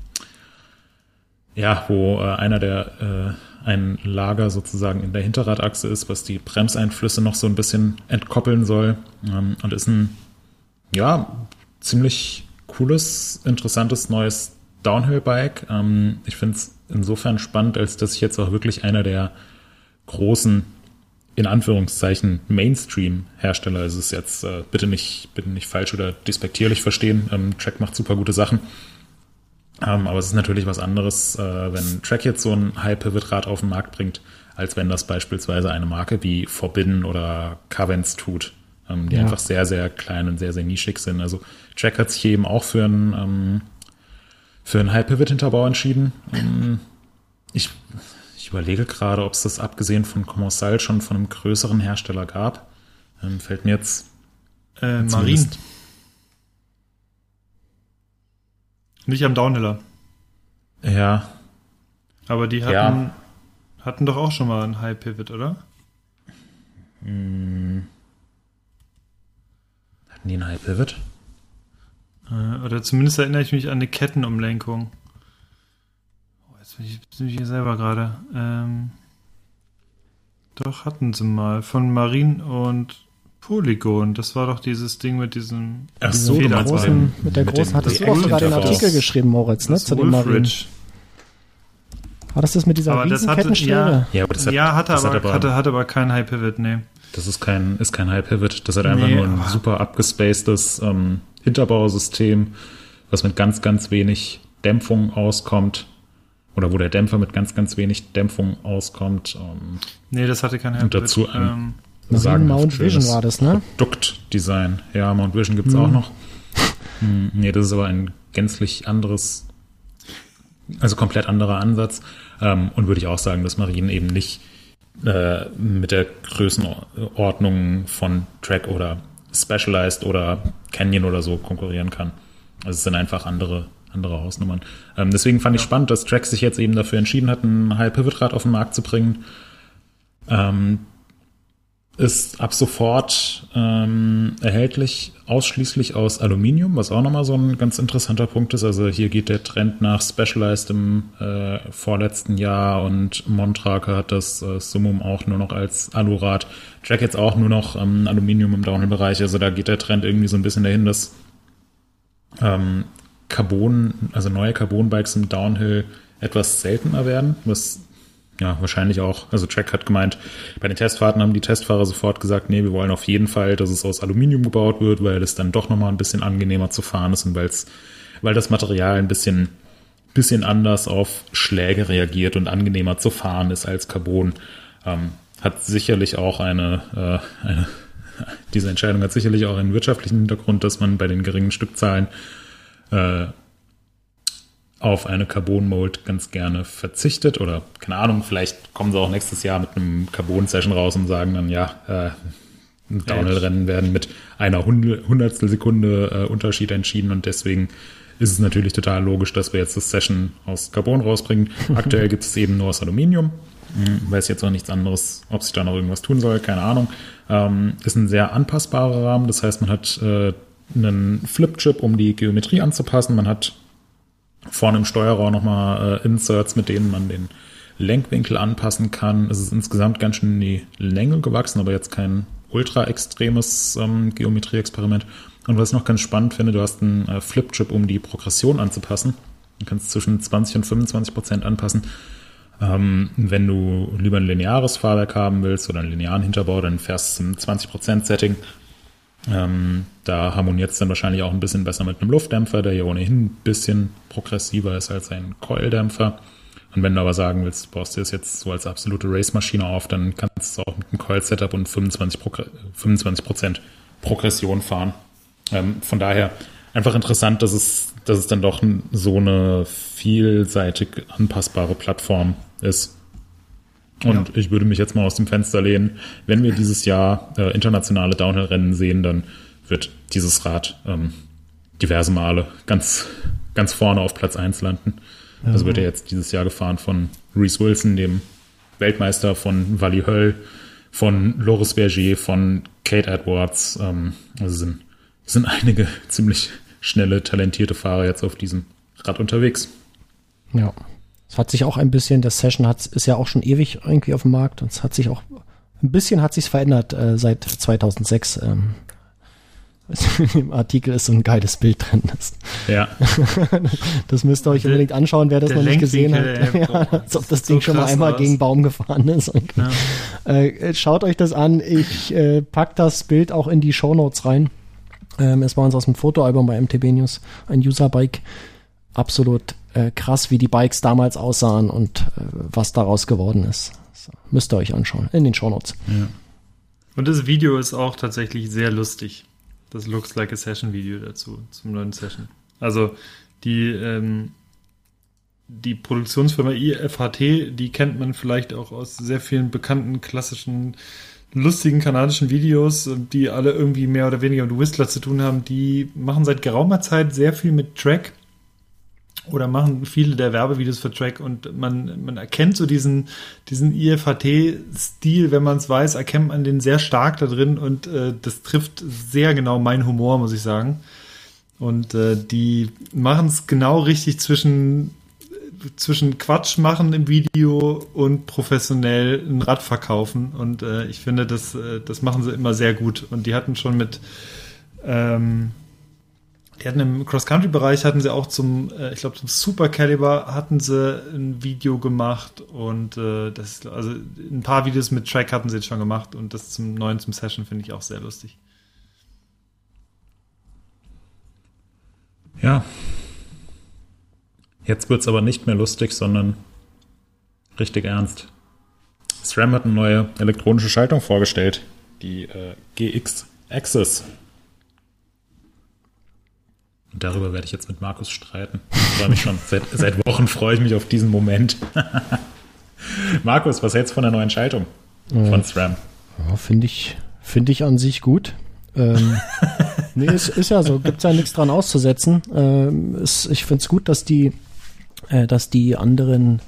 ja, wo äh, einer der äh, ein Lager sozusagen in der Hinterradachse ist, was die Bremseinflüsse noch so ein bisschen entkoppeln soll, ähm, und ist ein ja ziemlich cooles, interessantes neues Downhill-Bike. Ähm, ich finde es insofern spannend, als dass ich jetzt auch wirklich einer der großen, in Anführungszeichen, Mainstream-Hersteller ist es jetzt, äh, bitte nicht, bitte nicht falsch oder despektierlich verstehen. Ähm, Trek macht super gute Sachen. Ähm, aber es ist natürlich was anderes, äh, wenn Trek jetzt so ein High-Pivot-Rad auf den Markt bringt, als wenn das beispielsweise eine Marke wie Forbidden oder Cavens tut, ähm, die ja. einfach sehr, sehr klein und sehr, sehr nischig sind. Also Trek hat sich eben auch für einen, ähm, für einen High-Pivot-Hinterbau entschieden. Ähm, ich, ich überlege gerade, ob es das abgesehen von Commensal schon von einem größeren Hersteller gab. Ähm, fällt mir jetzt äh, Marin. Nicht am Downhiller. Ja. Aber die hatten, ja. hatten doch auch schon mal ein High Pivot, oder? Hm. Hatten die ein High Pivot? Äh, oder zumindest erinnere ich mich an eine Kettenumlenkung. Oh, jetzt ich bin hier selber gerade. Ähm, doch, hatten sie mal. Von Marine und Polygon. Das war doch dieses Ding mit diesem Ach so, mit, du großen, mit der mit großen, den hattest du doch sogar den Artikel geschrieben, Moritz, ne, zu dem Marine. War das das mit dieser aber riesen das hatte, Kettenschläge? Ja, aber das hat, ja, hatte, das aber, hat aber, hatte, hatte aber keinen High Pivot, nee. Das ist kein, ist kein High Pivot. Das hat einfach Nee, nur ein aber- super abgespacedes ähm, Hinterbausystem, was mit ganz, ganz wenig Dämpfung auskommt. Oder wo der Dämpfer mit ganz, ganz wenig Dämpfung auskommt. Ähm, Nee, das hatte keinen High Und Pivot. dazu ein- ähm, Marine sagenhaft Mount Vision schönes war das, ne? Produktdesign. Ja, Mount Vision gibt's Hm. auch noch. Hm, nee, das ist aber ein gänzlich anderes, also komplett anderer Ansatz. Ähm, und würde ich auch sagen, dass Marine eben nicht äh, mit der Größenordnung von Track oder Specialized oder Canyon oder so konkurrieren kann. Also es sind einfach andere, andere Hausnummern. Ähm, deswegen fand ich spannend, dass Track sich jetzt eben dafür entschieden hat, ein High-Pivot-Rad auf den Markt zu bringen. Ähm, ist ab sofort ähm, erhältlich ausschließlich aus Aluminium, was auch nochmal so ein ganz interessanter Punkt ist. Also hier geht der Trend nach Specialized im äh, vorletzten Jahr und Montrake hat das äh, Summum auch nur noch als Alurad. Track jetzt auch nur noch ähm, Aluminium im Downhill-Bereich. Also da geht der Trend irgendwie so ein bisschen dahin, dass ähm, Carbon, also neue Carbon-Bikes im Downhill etwas seltener werden, was ja, wahrscheinlich auch. Also Track hat gemeint, bei den Testfahrten haben die Testfahrer sofort gesagt, nee, wir wollen auf jeden Fall, dass es aus Aluminium gebaut wird, weil es dann doch nochmal ein bisschen angenehmer zu fahren ist und weil's, weil das Material ein bisschen, bisschen anders auf Schläge reagiert und angenehmer zu fahren ist als Carbon. Ähm, hat sicherlich auch eine, äh, eine, diese Entscheidung hat sicherlich auch einen wirtschaftlichen Hintergrund, dass man bei den geringen Stückzahlen äh, auf eine Carbon-Mold ganz gerne verzichtet oder, keine Ahnung, vielleicht kommen sie auch nächstes Jahr mit einem Carbon-Session raus und sagen dann, ja, äh, Downhill-Rennen werden mit einer Hundertstel Sekunde äh, Unterschied entschieden und deswegen ist es natürlich total logisch, dass wir jetzt das Session aus Carbon rausbringen. Aktuell gibt es eben nur aus Aluminium. Hm, weiß jetzt auch nichts anderes, ob sich da noch irgendwas tun soll, keine Ahnung. Ähm, ist ein sehr anpassbarer Rahmen, das heißt, man hat äh, einen Flip-Chip, um die Geometrie anzupassen, man hat vorne im Steuerrohr nochmal äh, Inserts, mit denen man den Lenkwinkel anpassen kann. Es ist insgesamt ganz schön in die Länge gewachsen, aber jetzt kein ultra extremes ähm, Geometrieexperiment. Und was ich noch ganz spannend finde, du hast einen äh, Flip-Chip, um die Progression anzupassen. Du kannst zwischen zwanzig und fünfundzwanzig Prozent anpassen. Ähm, wenn du lieber ein lineares Fahrwerk haben willst oder einen linearen Hinterbau, dann fährst du im zwanzig Prozent Setting. Ähm, da harmoniert es dann wahrscheinlich auch ein bisschen besser mit einem Luftdämpfer, der ja ohnehin ein bisschen progressiver ist als ein Coil-Dämpfer. Und wenn du aber sagen willst, du baust dir das jetzt so als absolute Race-Maschine auf, dann kannst du es auch mit einem Coil-Setup und fünfundzwanzig Prozent Progression fahren. Ähm, von daher einfach interessant, dass es, dass es dann doch so eine vielseitig anpassbare Plattform ist. Und ja. Ich würde mich jetzt mal aus dem Fenster lehnen. Wenn wir dieses Jahr äh, internationale Downhill-Rennen sehen, dann wird dieses Rad ähm, diverse Male ganz, ganz vorne auf Platz eins landen. Ja. Also wird er jetzt dieses Jahr gefahren von Reece Wilson, dem Weltmeister, von Wally Höll, von Loris Berger, von Kate Edwards. Ähm, also sind, sind einige ziemlich schnelle, talentierte Fahrer jetzt auf diesem Rad unterwegs. Ja. Es hat sich auch ein bisschen, das Session hat, ist ja auch schon ewig irgendwie auf dem Markt und es hat sich auch, ein bisschen hat sich's verändert äh, seit zweitausendsechs. Ähm, im Artikel ist so ein geiles Bild drin. Das, ja. Das müsst ihr euch der, unbedingt anschauen, wer das noch nicht gesehen hat. Ja, als ob das Ding so schon mal einmal gegen einen Baum gefahren ist. Ja. Äh, schaut euch das an. Ich äh, pack das Bild auch in die Shownotes rein. Ähm, es war uns aus dem Fotoalbum bei M T B News, ein User-Bike. Absolut äh, krass, wie die Bikes damals aussahen und äh, was daraus geworden ist. So, müsst ihr euch anschauen, in den Shownotes. Ja. Und das Video ist auch tatsächlich sehr lustig. Das Looks Like a Session Video dazu, zum neuen Session. Also die, ähm, die Produktionsfirma I F H T, die kennt man vielleicht auch aus sehr vielen bekannten, klassischen, lustigen kanadischen Videos, die alle irgendwie mehr oder weniger mit Whistler zu tun haben. Die machen seit geraumer Zeit sehr viel mit Track oder machen viele der Werbevideos für Track und man, man erkennt so diesen, diesen I F H T-Stil, wenn man es weiß, erkennt man den sehr stark da drin und äh, das trifft sehr genau meinen Humor, muss ich sagen. Und äh, die machen es genau richtig zwischen zwischen Quatsch machen im Video und professionell ein Rad verkaufen. Und äh, ich finde, das, äh, das machen sie immer sehr gut. Und die hatten schon mit, ähm, die hatten im Cross-Country-Bereich hatten sie auch zum, äh, ich glaube zum Super Caliber hatten sie ein Video gemacht und äh, das, also ein paar Videos mit Track hatten sie jetzt schon gemacht und das zum neuen zum Session finde ich auch sehr lustig. Ja. Jetzt wird's aber nicht mehr lustig, sondern richtig ernst. SRAM hat eine neue elektronische Schaltung vorgestellt, die äh, G X Axis. Und darüber werde ich jetzt mit Markus streiten. Ich freue mich schon. Seit, seit Wochen freue ich mich auf diesen Moment. Markus, was hältst du von der neuen Schaltung von SRAM? Ja, finde ich, finde ich an sich gut. ähm, nee, ist, ist ja so. Gibt es ja nichts dran auszusetzen. Ähm, ist, ich finde es gut, dass die, äh, dass die anderen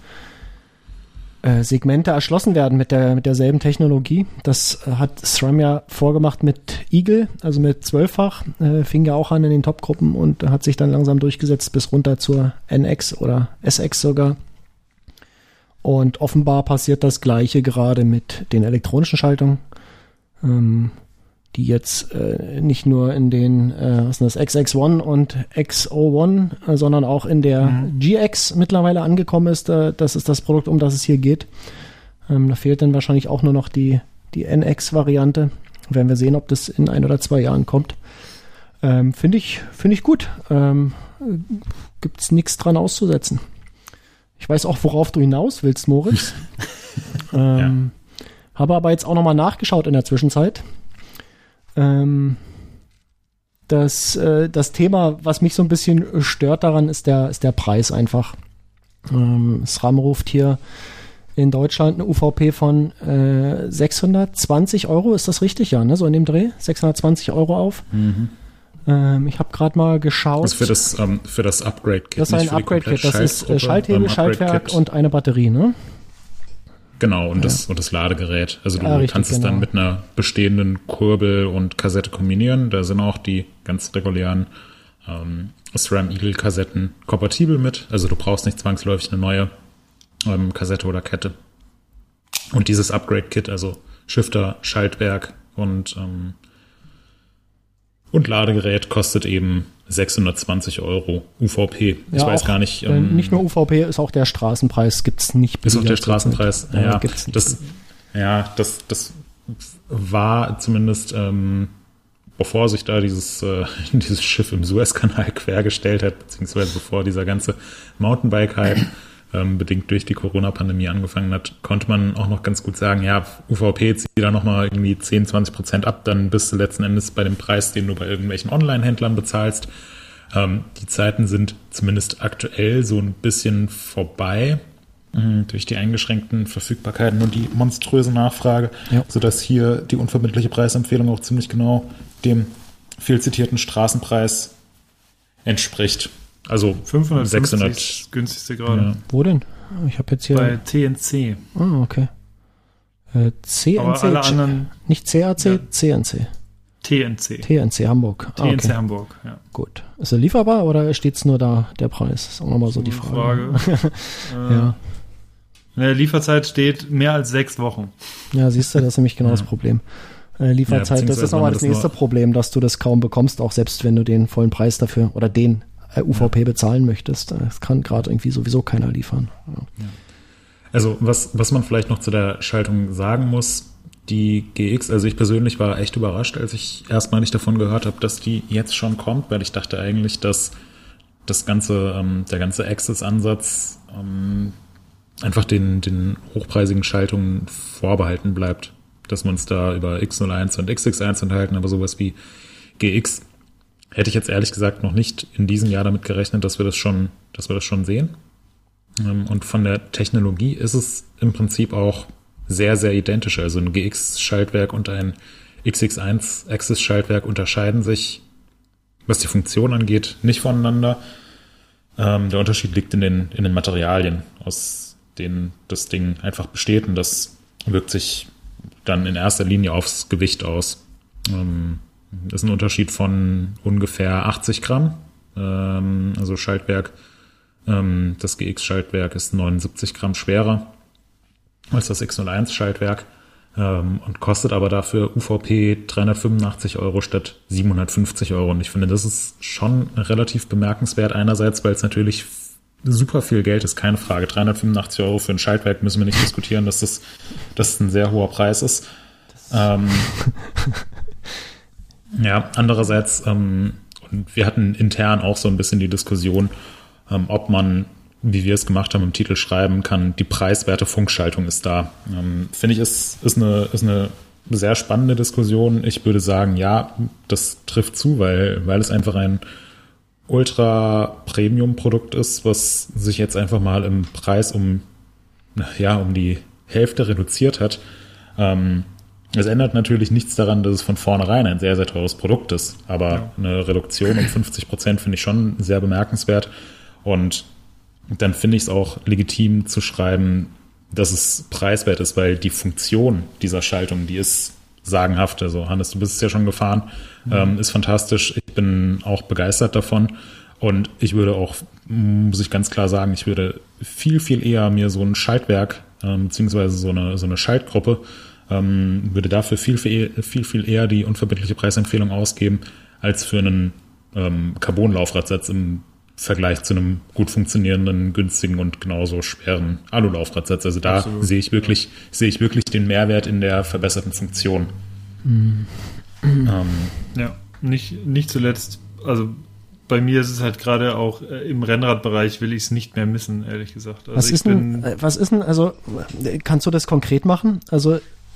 äh, Segmente erschlossen werden mit der mit derselben Technologie. Das äh, hat SRAM ja vorgemacht mit Eagle, also mit zwölffach, äh, fing ja auch an in den Top-Gruppen und hat sich dann langsam durchgesetzt bis runter zur N X oder S X sogar. Und offenbar passiert das Gleiche gerade mit den elektronischen Schaltungen, ähm, die jetzt äh, nicht nur in den äh, was ist das, X X eins und X O eins, äh, sondern auch in der mhm. G X mittlerweile angekommen ist. Äh, das ist das Produkt, um das es hier geht. Ähm, da fehlt dann wahrscheinlich auch nur noch die, die N X-Variante. Werden wir sehen, ob das in ein oder zwei Jahren kommt. Ähm, Finde ich, find ich gut. Ähm, Gibt es nichts dran auszusetzen. Ich weiß auch, worauf du hinaus willst, Moritz. ähm, ja. Habe aber jetzt auch nochmal nachgeschaut in der Zwischenzeit. Ähm, das, äh, das Thema, was mich so ein bisschen stört daran, ist der, ist der Preis einfach. Ähm, SRAM ruft hier in Deutschland eine U V P von äh, sechshundertzwanzig Euro, ist das richtig? Ja, ne? So in dem Dreh, sechshundertzwanzig Euro auf. Mhm. Ähm, ich habe gerade mal geschaut. Das ist für das, ähm, für das Upgrade-Kit. Das ist ein Upgrade-Kit, das ist äh, Schalthebel, Schaltwerk und eine Batterie, ne? Genau, und, ja. das, und das Ladegerät. Also du ja, richtig, kannst es genau. dann mit einer bestehenden Kurbel und Kassette kombinieren. Da sind auch die ganz regulären ähm, SRAM Eagle Kassetten kompatibel mit. Also du brauchst nicht zwangsläufig eine neue ähm, Kassette oder Kette. Und dieses Upgrade-Kit, also Shifter, Schaltwerk und, ähm, und Ladegerät kostet eben sechshundertzwanzig Euro U V P. Ich ja, weiß auch, gar nicht. Ähm, nicht nur U V P, ist auch der Straßenpreis, gibt's nicht. Ist auch der Straßenpreis, ja. ja gibt's nicht das, ja, das, das war zumindest, ähm, bevor sich da dieses, äh, dieses Schiff im Suezkanal quergestellt hat, beziehungsweise bevor dieser ganze Mountainbike-Hype ähm, bedingt durch die Corona-Pandemie angefangen hat, konnte man auch noch ganz gut sagen, ja, U V P zieht da nochmal irgendwie zehn, zwanzig Prozent ab, dann bist du letzten Endes bei dem Preis, den du bei irgendwelchen Online-Händlern bezahlst. Ähm, die Zeiten sind zumindest aktuell so ein bisschen vorbei, mh, durch die eingeschränkten Verfügbarkeiten und die monströse Nachfrage, ja. sodass hier die unverbindliche Preisempfehlung auch ziemlich genau dem viel zitierten Straßenpreis entspricht. Also fünfhundertfünfzig sechshundert ist das günstigste gerade. Ja. Wo denn? Ich habe jetzt hier... Bei T N C. Ah, okay. Äh, C N C? Aber alle anderen... Nicht C A C, Ja. C N C. T N C. T N C Hamburg. Ah, T N C okay. Hamburg, ja. Gut. Ist er lieferbar oder steht es nur da, der Preis? Ist auch nochmal so die Frage. Frage. äh, ja. In der Lieferzeit steht mehr als sechs Wochen. Ja, siehst du, das ist nämlich genau ja. das Problem. Äh, Lieferzeit, ja, das ist nochmal das nächste nur Problem, dass du das kaum bekommst, auch selbst wenn du den vollen Preis dafür oder den äh, U V P ja. bezahlen möchtest. Das kann gerade irgendwie sowieso keiner liefern. Ja. Ja. Also was, was man vielleicht noch zu der Schaltung sagen muss, die G X, also ich persönlich war echt überrascht, als ich erstmal nicht davon gehört habe, dass die jetzt schon kommt, weil ich dachte eigentlich, dass das ganze, ähm, der ganze Access-Ansatz ähm, einfach den, den hochpreisigen Schaltungen vorbehalten bleibt, dass wir uns da über X null eins und X X eins unterhalten, aber sowas wie G X hätte ich jetzt ehrlich gesagt noch nicht in diesem Jahr damit gerechnet, dass wir das schon, dass wir das schon sehen. Ähm, und von der Technologie ist es im Prinzip auch sehr, sehr identisch. Also ein G X-Schaltwerk und ein X X eins Access-Schaltwerk unterscheiden sich, was die Funktion angeht, nicht voneinander. Ähm, der Unterschied liegt in den, in den Materialien, aus denen das Ding einfach besteht, und das wirkt sich dann in erster Linie aufs Gewicht aus. Ähm, das ist ein Unterschied von ungefähr achtzig Gramm. Ähm, also Schaltwerk Ähm, das G X-Schaltwerk ist neunundsiebzig Gramm schwerer als das X null eins Schaltwerk ähm, und kostet aber dafür U V P dreihundertfünfundachtzig Euro statt siebenhundertfünfzig Euro. Und ich finde, das ist schon relativ bemerkenswert. Einerseits, weil es natürlich super viel Geld ist, keine Frage. dreihundertfünfundachtzig Euro für ein Schaltwerk müssen wir nicht diskutieren, dass das, dass das ein sehr hoher Preis ist. Ähm, ja, andererseits, ähm, und wir hatten intern auch so ein bisschen die Diskussion, ähm, ob man, wie wir es gemacht haben, im Titel schreiben kann, die preiswerte Funkschaltung ist da. Ähm, finde ich, ist, ist eine, ist eine sehr spannende Diskussion. Ich würde sagen, ja, das trifft zu, weil, weil es einfach ein Ultra-Premium-Produkt ist, was sich jetzt einfach mal im Preis um, ja, um die Hälfte reduziert hat. Ähm, es ändert natürlich nichts daran, dass es von vornherein ein sehr, sehr teures Produkt ist. Aber ja, eine Reduktion um fünfzig Prozent finde ich schon sehr bemerkenswert. Und dann finde ich es auch legitim zu schreiben, dass es preiswert ist, weil die Funktion dieser Schaltung, die ist sagenhaft. Also Hannes, du bist es ja schon gefahren, mhm. ähm, ist fantastisch. Ich bin auch begeistert davon. Und ich würde auch, muss ich ganz klar sagen, ich würde viel, viel eher mir so ein Schaltwerk, ähm, beziehungsweise so eine, so eine Schaltgruppe, ähm, würde dafür viel, viel, viel, viel eher die unverbindliche Preisempfehlung ausgeben, als für einen ähm, Carbon-Laufradsatz im Vergleich zu einem gut funktionierenden, günstigen und genauso schweren Alu-Laufradsatz. Also da Absolut. sehe ich wirklich, sehe ich wirklich den Mehrwert in der verbesserten Funktion. Mhm. Ähm, ja, nicht, nicht zuletzt, also bei mir ist es halt gerade auch äh, im Rennradbereich will ich es nicht mehr missen, ehrlich gesagt. Also was ich ist denn, bin, was ist denn, also kannst du das konkret machen? Also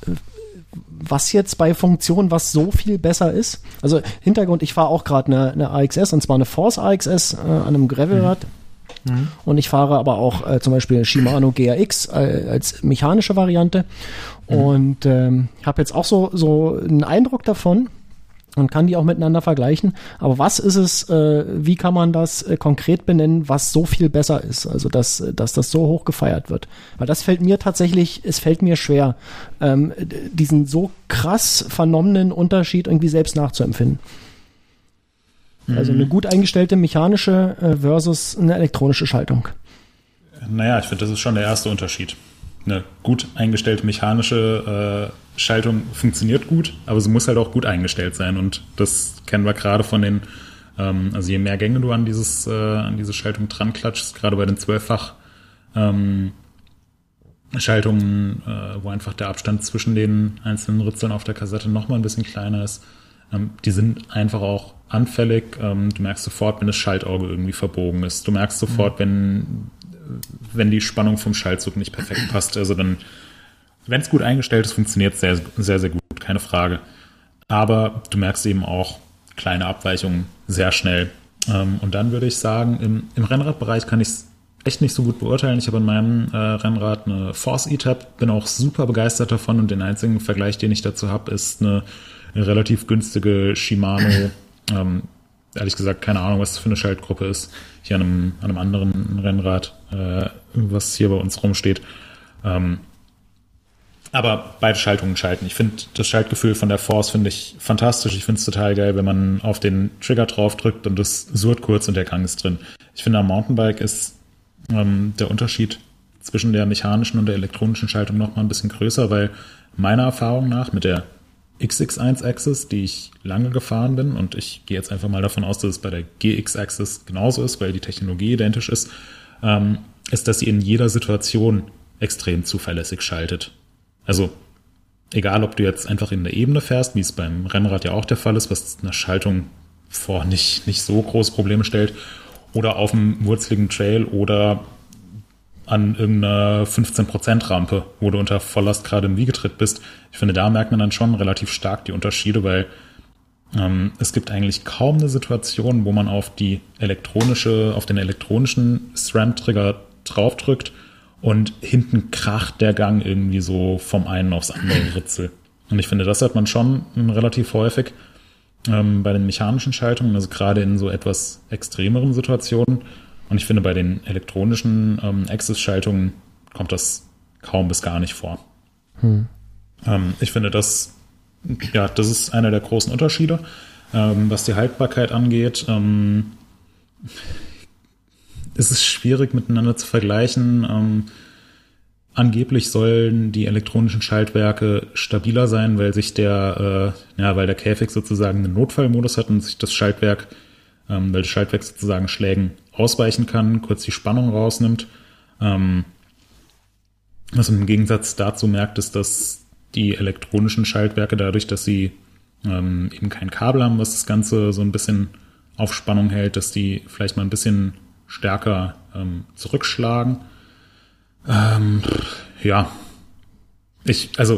was jetzt bei Funktionen, was so viel besser ist? Also Hintergrund, ich fahre auch gerade eine, eine A X S, und zwar eine Force A X S äh, an einem Gravelrad. Mhm. Und ich fahre aber auch äh, zum Beispiel Shimano G R X äh, als mechanische Variante. Mhm. Und ähm, habe jetzt auch so, so einen Eindruck davon und kann die auch miteinander vergleichen. Aber was ist es, äh, wie kann man das äh, konkret benennen, was so viel besser ist? Also, dass, dass das so hoch gefeiert wird. Weil das fällt mir tatsächlich, es fällt mir schwer, ähm, diesen so krass vernommenen Unterschied irgendwie selbst nachzuempfinden. Mhm. Also eine gut eingestellte mechanische äh, versus eine elektronische Schaltung. Naja, ich finde, das ist schon der erste Unterschied. Eine gut eingestellte mechanische äh, Schaltung funktioniert gut, aber sie muss halt auch gut eingestellt sein. Und das kennen wir gerade von den, ähm, also je mehr Gänge du an dieses, äh, an diese Schaltung dran klatschst, gerade bei den zwölffach ähm, Schaltungen, äh, wo einfach der Abstand zwischen den einzelnen Ritzeln auf der Kassette nochmal ein bisschen kleiner ist, ähm, die sind einfach auch anfällig. Ähm, du merkst sofort, wenn das Schaltauge irgendwie verbogen ist. Du merkst sofort, mhm. wenn wenn die Spannung vom Schaltzug nicht perfekt passt. Also dann, wenn es gut eingestellt ist, funktioniert es sehr, sehr, sehr gut, keine Frage. Aber du merkst eben auch kleine Abweichungen sehr schnell. Und dann würde ich sagen, im, im Rennradbereich kann ich es echt nicht so gut beurteilen. Ich habe in meinem äh, Rennrad eine Force E-Tab, bin auch super begeistert davon und den einzigen Vergleich, den ich dazu habe, ist eine, eine relativ günstige Shimano, ähm, ehrlich gesagt, keine Ahnung, was das für eine Schaltgruppe ist. Hier an einem, an einem anderen Rennrad, äh, was hier bei uns rumsteht. Ähm, aber beide Schaltungen schalten. Ich finde das Schaltgefühl von der Force finde ich fantastisch. Ich finde es total geil, wenn man auf den Trigger drauf drückt und das surrt kurz und der Gang ist drin. Ich finde, am Mountainbike ist ähm, der Unterschied zwischen der mechanischen und der elektronischen Schaltung noch mal ein bisschen größer, weil meiner Erfahrung nach mit der X X eins Axis, die ich lange gefahren bin, und ich gehe jetzt einfach mal davon aus, dass es bei der G X Axis genauso ist, weil die Technologie identisch ist, ähm, ist, dass sie in jeder Situation extrem zuverlässig schaltet. Also egal, ob du jetzt einfach in der Ebene fährst, wie es beim Rennrad ja auch der Fall ist, was eine Schaltung vor nicht, nicht so große Probleme stellt, oder auf einem wurzeligen Trail oder an irgendeiner fünfzehn Prozent Rampe, wo du unter Volllast gerade im Wiegetritt bist. Ich finde, da merkt man dann schon relativ stark die Unterschiede, weil ähm, es gibt eigentlich kaum eine Situation, wo man auf die elektronische, auf den elektronischen SRAM-Trigger draufdrückt und hinten kracht der Gang irgendwie so vom einen aufs andere Ritzel. Und ich finde, das hat man schon relativ häufig ähm, bei den mechanischen Schaltungen, also gerade in so etwas extremeren Situationen. Und ich finde, bei den elektronischen ähm, Axis-Schaltungen kommt das kaum bis gar nicht vor. Hm. Ähm, ich finde, das, ja, das ist einer der großen Unterschiede. Ähm, was die Haltbarkeit angeht, ähm, es ist schwierig miteinander zu vergleichen. Ähm, angeblich sollen die elektronischen Schaltwerke stabiler sein, weil sich der, äh, ja, weil der Käfig sozusagen einen Notfallmodus hat und sich das Schaltwerk, ähm, weil das Schaltwerk sozusagen Schlägen ausweichen kann, kurz die Spannung rausnimmt. Ähm, was man im Gegensatz dazu merkt, ist, dass die elektronischen Schaltwerke dadurch, dass sie ähm, eben kein Kabel haben, was das Ganze so ein bisschen auf Spannung hält, dass die vielleicht mal ein bisschen stärker ähm, zurückschlagen. Ähm, ja, ich, also,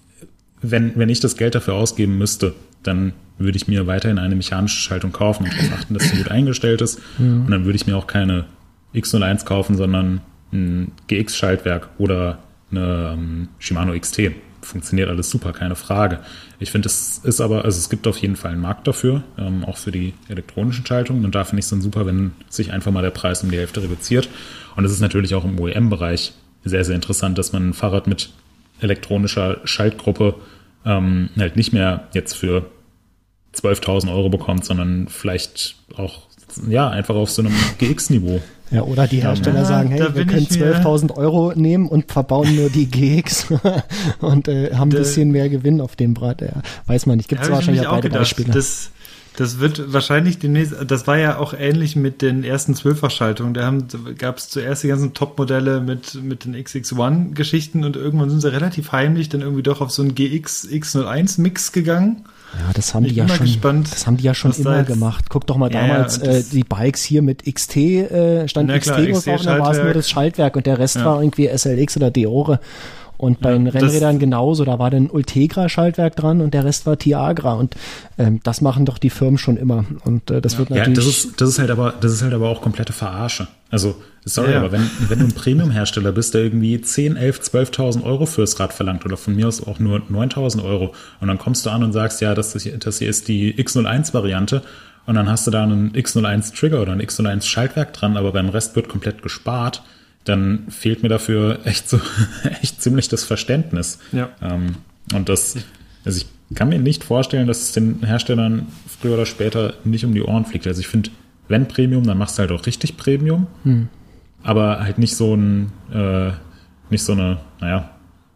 wenn, wenn ich das Geld dafür ausgeben müsste, dann würde ich mir weiterhin eine mechanische Schaltung kaufen und darauf achten, dass sie gut eingestellt ist. Mhm. Und dann würde ich mir auch keine X null eins kaufen, sondern ein G X-Schaltwerk oder eine um, Shimano X T. Funktioniert alles super, keine Frage. Ich finde, es ist aber, also es gibt auf jeden Fall einen Markt dafür, ähm, auch für die elektronischen Schaltungen. Und da finde ich es dann super, wenn sich einfach mal der Preis um die Hälfte reduziert. Und es ist natürlich auch im O E M-Bereich sehr, sehr interessant, dass man ein Fahrrad mit elektronischer Schaltgruppe ähm, halt nicht mehr jetzt für zwölftausend Euro bekommt, sondern vielleicht auch ja einfach auf so einem G X-Niveau. Ja, oder die Hersteller ja, sagen, hey, wir können zwölftausend Euro nehmen und verbauen nur die G X und äh, haben ein bisschen mehr Gewinn auf dem Rad. Ja, weiß man nicht. Gibt es wahrscheinlich auch beide Beispiele. Das, das wird wahrscheinlich demnächst, das war ja auch ähnlich mit den ersten Zwölffachschaltungen. Da gab es zuerst die ganzen Top-Modelle mit, mit den X X eins Geschichten und irgendwann sind sie relativ heimlich dann irgendwie doch auf so einen G X X null eins Mix gegangen. Ja, das haben die ja schon, gespannt, das haben die ja schon immer gemacht. Guck doch mal damals, ja, äh, die Bikes hier mit X T, äh, stand X T drauf, da war es nur das Schaltwerk und der Rest ja. war irgendwie S L X oder Deore. Und bei ja, den Rennrädern genauso, da war dann Ultegra-Schaltwerk dran und der Rest war Tiagra und ähm, das machen doch die Firmen schon immer und äh, das ja. wird natürlich... Ja, das ist, das ist halt aber, das ist halt aber auch komplette Verarsche. Also, sorry, ja. aber wenn, wenn du ein Premium-Hersteller bist, der irgendwie zehn, elf, zwölftausend Euro fürs Rad verlangt oder von mir aus auch nur neuntausend Euro und dann kommst du an und sagst, ja, das, ist, das hier ist die X null eins-Variante und dann hast du da einen X null eins-Trigger oder ein X null eins-Schaltwerk dran, aber beim Rest wird komplett gespart, dann fehlt mir dafür echt so echt ziemlich das Verständnis. Ja. Ähm, und das, also ich kann mir nicht vorstellen, dass es den Herstellern früher oder später nicht um die Ohren fliegt. Also ich finde, wenn Premium, dann machst du halt auch richtig Premium. Hm. Aber halt nicht so ein, äh, nicht so eine, naja,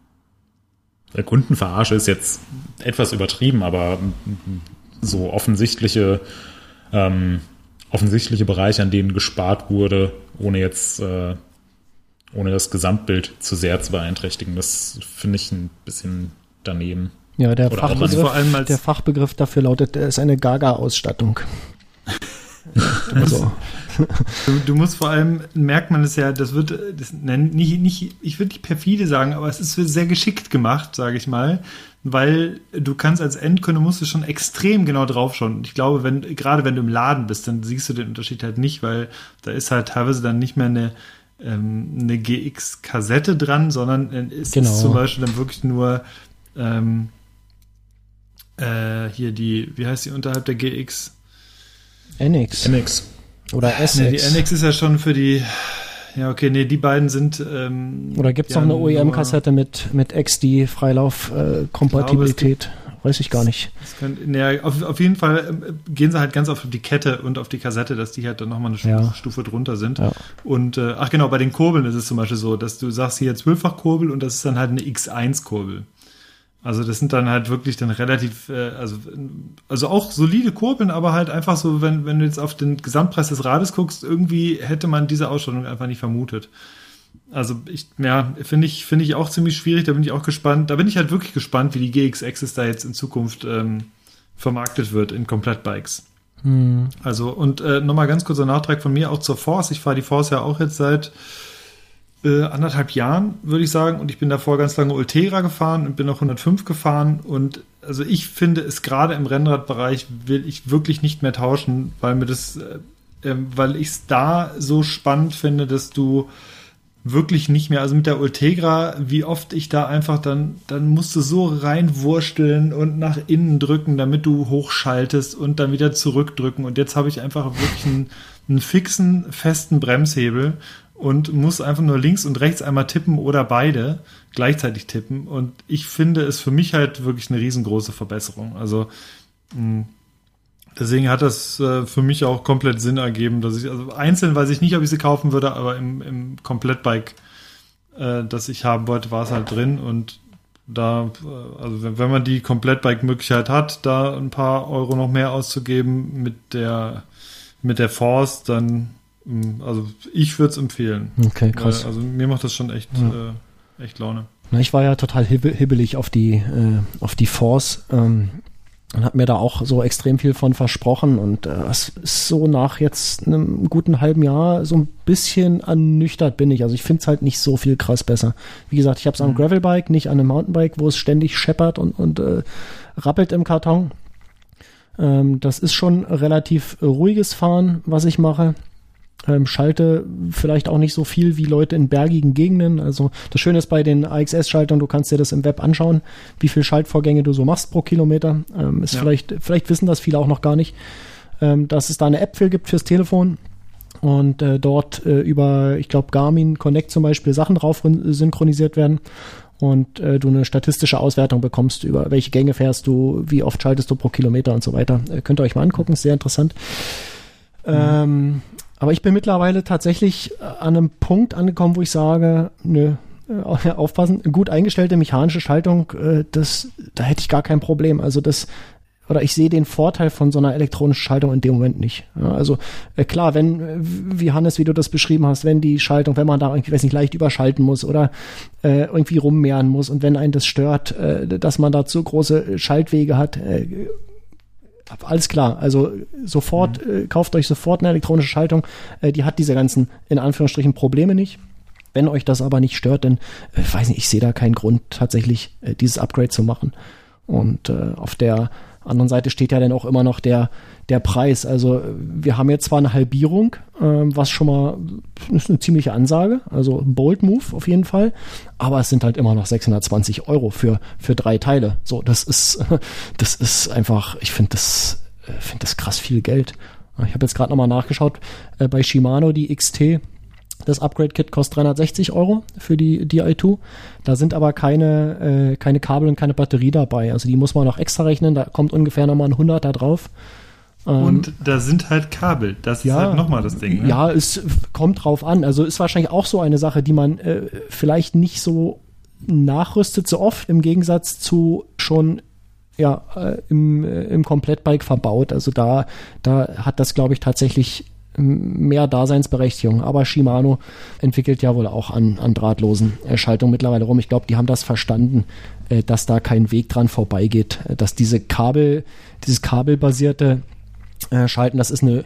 Kundenverarsche ist jetzt etwas übertrieben, aber so offensichtliche, ähm, offensichtliche Bereiche, an denen gespart wurde, ohne jetzt, äh, ohne das Gesamtbild zu sehr zu beeinträchtigen. Das finde ich ein bisschen daneben. Ja, der, Fachbegriff, vor allem als der Fachbegriff dafür lautet, es ist eine Gaga-Ausstattung. Du musst, also. du, du musst vor allem, merkt man es ja, das wird, das, nicht, nicht, ich würde nicht perfide sagen, aber es ist sehr geschickt gemacht, sage ich mal, weil du kannst als Endkunde musst du schon extrem genau draufschauen. Und ich glaube, wenn, gerade wenn du im Laden bist, dann siehst du den Unterschied halt nicht, weil da ist halt teilweise dann nicht mehr eine, ähm, eine G X-Kassette dran, sondern es genau. ist zum Beispiel dann wirklich nur ähm, äh, hier die, wie heißt die unterhalb der G X? N X. N X. Oder S X. Nee, die N X ist ja schon für die, ja okay, nee, die beiden sind ähm, oder gibt es noch eine O E M-Kassette mit, mit X D-Freilauf-Kompatibilität? Äh, Weiß ich gar nicht. Das kann, nee, auf, auf jeden Fall äh, gehen sie halt ganz auf die Kette und auf die Kassette, dass die halt dann nochmal eine Stufe, ja. Stufe drunter sind. Ja. Und, äh, ach genau, bei den Kurbeln ist es zum Beispiel so, dass du sagst hier Zwölffachkurbel und das ist dann halt eine X eins Kurbel. Also das sind dann halt wirklich dann relativ, äh, also, also auch solide Kurbeln, aber halt einfach so, wenn, wenn du jetzt auf den Gesamtpreis des Rades guckst, irgendwie hätte man diese Ausstattung einfach nicht vermutet. Also ich, ja, finde ich, finde ich auch ziemlich schwierig, da bin ich auch gespannt. Da bin ich halt wirklich gespannt, wie die G X Access da jetzt in Zukunft ähm, vermarktet wird in Komplettbikes. Hm. Also und äh, nochmal ganz kurzer Nachtrag von mir auch zur Force. Ich fahre die Force ja auch jetzt seit Äh, anderthalb Jahren, würde ich sagen, und ich bin davor ganz lange Ultegra gefahren und bin noch hundertfünf gefahren und also ich finde es gerade im Rennradbereich will ich wirklich nicht mehr tauschen, weil mir das, äh, weil ich es da so spannend finde, dass du wirklich nicht mehr, also mit der Ultegra, wie oft ich da einfach dann, dann musst du so reinwursteln und nach innen drücken, damit du hochschaltest und dann wieder zurückdrücken und jetzt habe ich einfach wirklich einen, einen fixen, festen Bremshebel und muss einfach nur links und rechts einmal tippen oder beide gleichzeitig tippen. Und ich finde es für mich halt wirklich eine riesengroße Verbesserung. Also mh, Deswegen hat das äh, für mich auch komplett Sinn ergeben, dass ich, also einzeln weiß ich nicht, ob ich sie kaufen würde, aber im, im Komplettbike, äh, das ich haben wollte, war es halt drin und da, äh, also wenn, wenn man die Komplettbike-Möglichkeit hat, da ein paar Euro noch mehr auszugeben mit der, mit der Force, dann, mh, also ich würde es empfehlen. Okay, krass. Weil, also mir macht das schon echt, ja. äh, echt Laune. Na, ich war ja total hibbelig auf die, äh, auf die Force, ähm, und habe mir da auch so extrem viel von versprochen und äh, es ist so nach jetzt einem guten halben Jahr so ein bisschen ernüchtert bin ich. Also ich finde es halt nicht so viel krass besser. Wie gesagt, ich habe es am Gravelbike, nicht an einem Mountainbike, wo es ständig scheppert und, und äh, rappelt im Karton. Ähm, das ist schon relativ ruhiges Fahren, was ich mache. Ähm, schalte vielleicht auch nicht so viel wie Leute in bergigen Gegenden. Also das Schöne ist bei den A X S-Schaltern, du kannst dir das im Web anschauen, wie viel Schaltvorgänge du so machst pro Kilometer. Ähm, ist ja. vielleicht, vielleicht wissen das viele auch noch gar nicht, ähm, dass es da eine App für gibt fürs Telefon und äh, dort äh, über, ich glaube, Garmin Connect zum Beispiel Sachen drauf synchronisiert werden und äh, du eine statistische Auswertung bekommst über welche Gänge fährst du, wie oft schaltest du pro Kilometer und so weiter. Äh, könnt ihr euch mal angucken, ist sehr interessant. Mhm. Ähm, Aber ich bin mittlerweile tatsächlich an einem Punkt angekommen, wo ich sage, nö, äh, aufpassen, gut eingestellte mechanische Schaltung, äh, das, da hätte ich gar kein Problem. Also das, oder ich sehe den Vorteil von so einer elektronischen Schaltung in dem Moment nicht. Ja, also äh, klar, wenn, wie Hannes, wie du das beschrieben hast, wenn die Schaltung, wenn man da irgendwie, weiß nicht, leicht überschalten muss oder äh, irgendwie rummehren muss und wenn einen das stört, äh, dass man da zu große Schaltwege hat, äh, alles klar, also sofort, mhm. äh, kauft euch sofort eine elektronische Schaltung, äh, die hat diese ganzen, in Anführungsstrichen, Probleme nicht. Wenn euch das aber nicht stört, dann, äh, weiß nicht, ich sehe da keinen Grund, tatsächlich äh, dieses Upgrade zu machen. Und äh, auf der anderen Seite steht ja dann auch immer noch der, der Preis. Also wir haben jetzt zwar eine Halbierung, ähm, was schon mal ist eine ziemliche Ansage, also Bold Move auf jeden Fall, aber es sind halt immer noch sechshundertzwanzig Euro für, für drei Teile. So, das ist, das ist einfach, ich finde das, finde das krass viel Geld. Ich habe jetzt gerade nochmal nachgeschaut, äh, bei Shimano die X T, das Upgrade-Kit kostet dreihundertsechzig Euro für die D I zwei. Da sind aber keine, äh, keine Kabel und keine Batterie dabei. Also die muss man noch extra rechnen. Da kommt ungefähr nochmal ein Hunderter drauf. Ähm, und da sind halt Kabel. Das ja, ist halt nochmal das Ding. Ne? Ja, es kommt drauf an. Also ist wahrscheinlich auch so eine Sache, die man äh, vielleicht nicht so nachrüstet so oft, im Gegensatz zu schon ja, äh, im, äh, im Komplettbike verbaut. Also da, da hat das, glaube ich, tatsächlich mehr Daseinsberechtigung, aber Shimano entwickelt ja wohl auch an, an drahtlosen äh, Schaltungen mittlerweile rum. Ich glaube, die haben das verstanden, äh, dass da kein Weg dran vorbeigeht, äh, dass diese Kabel, dieses kabelbasierte äh, Schalten, das ist eine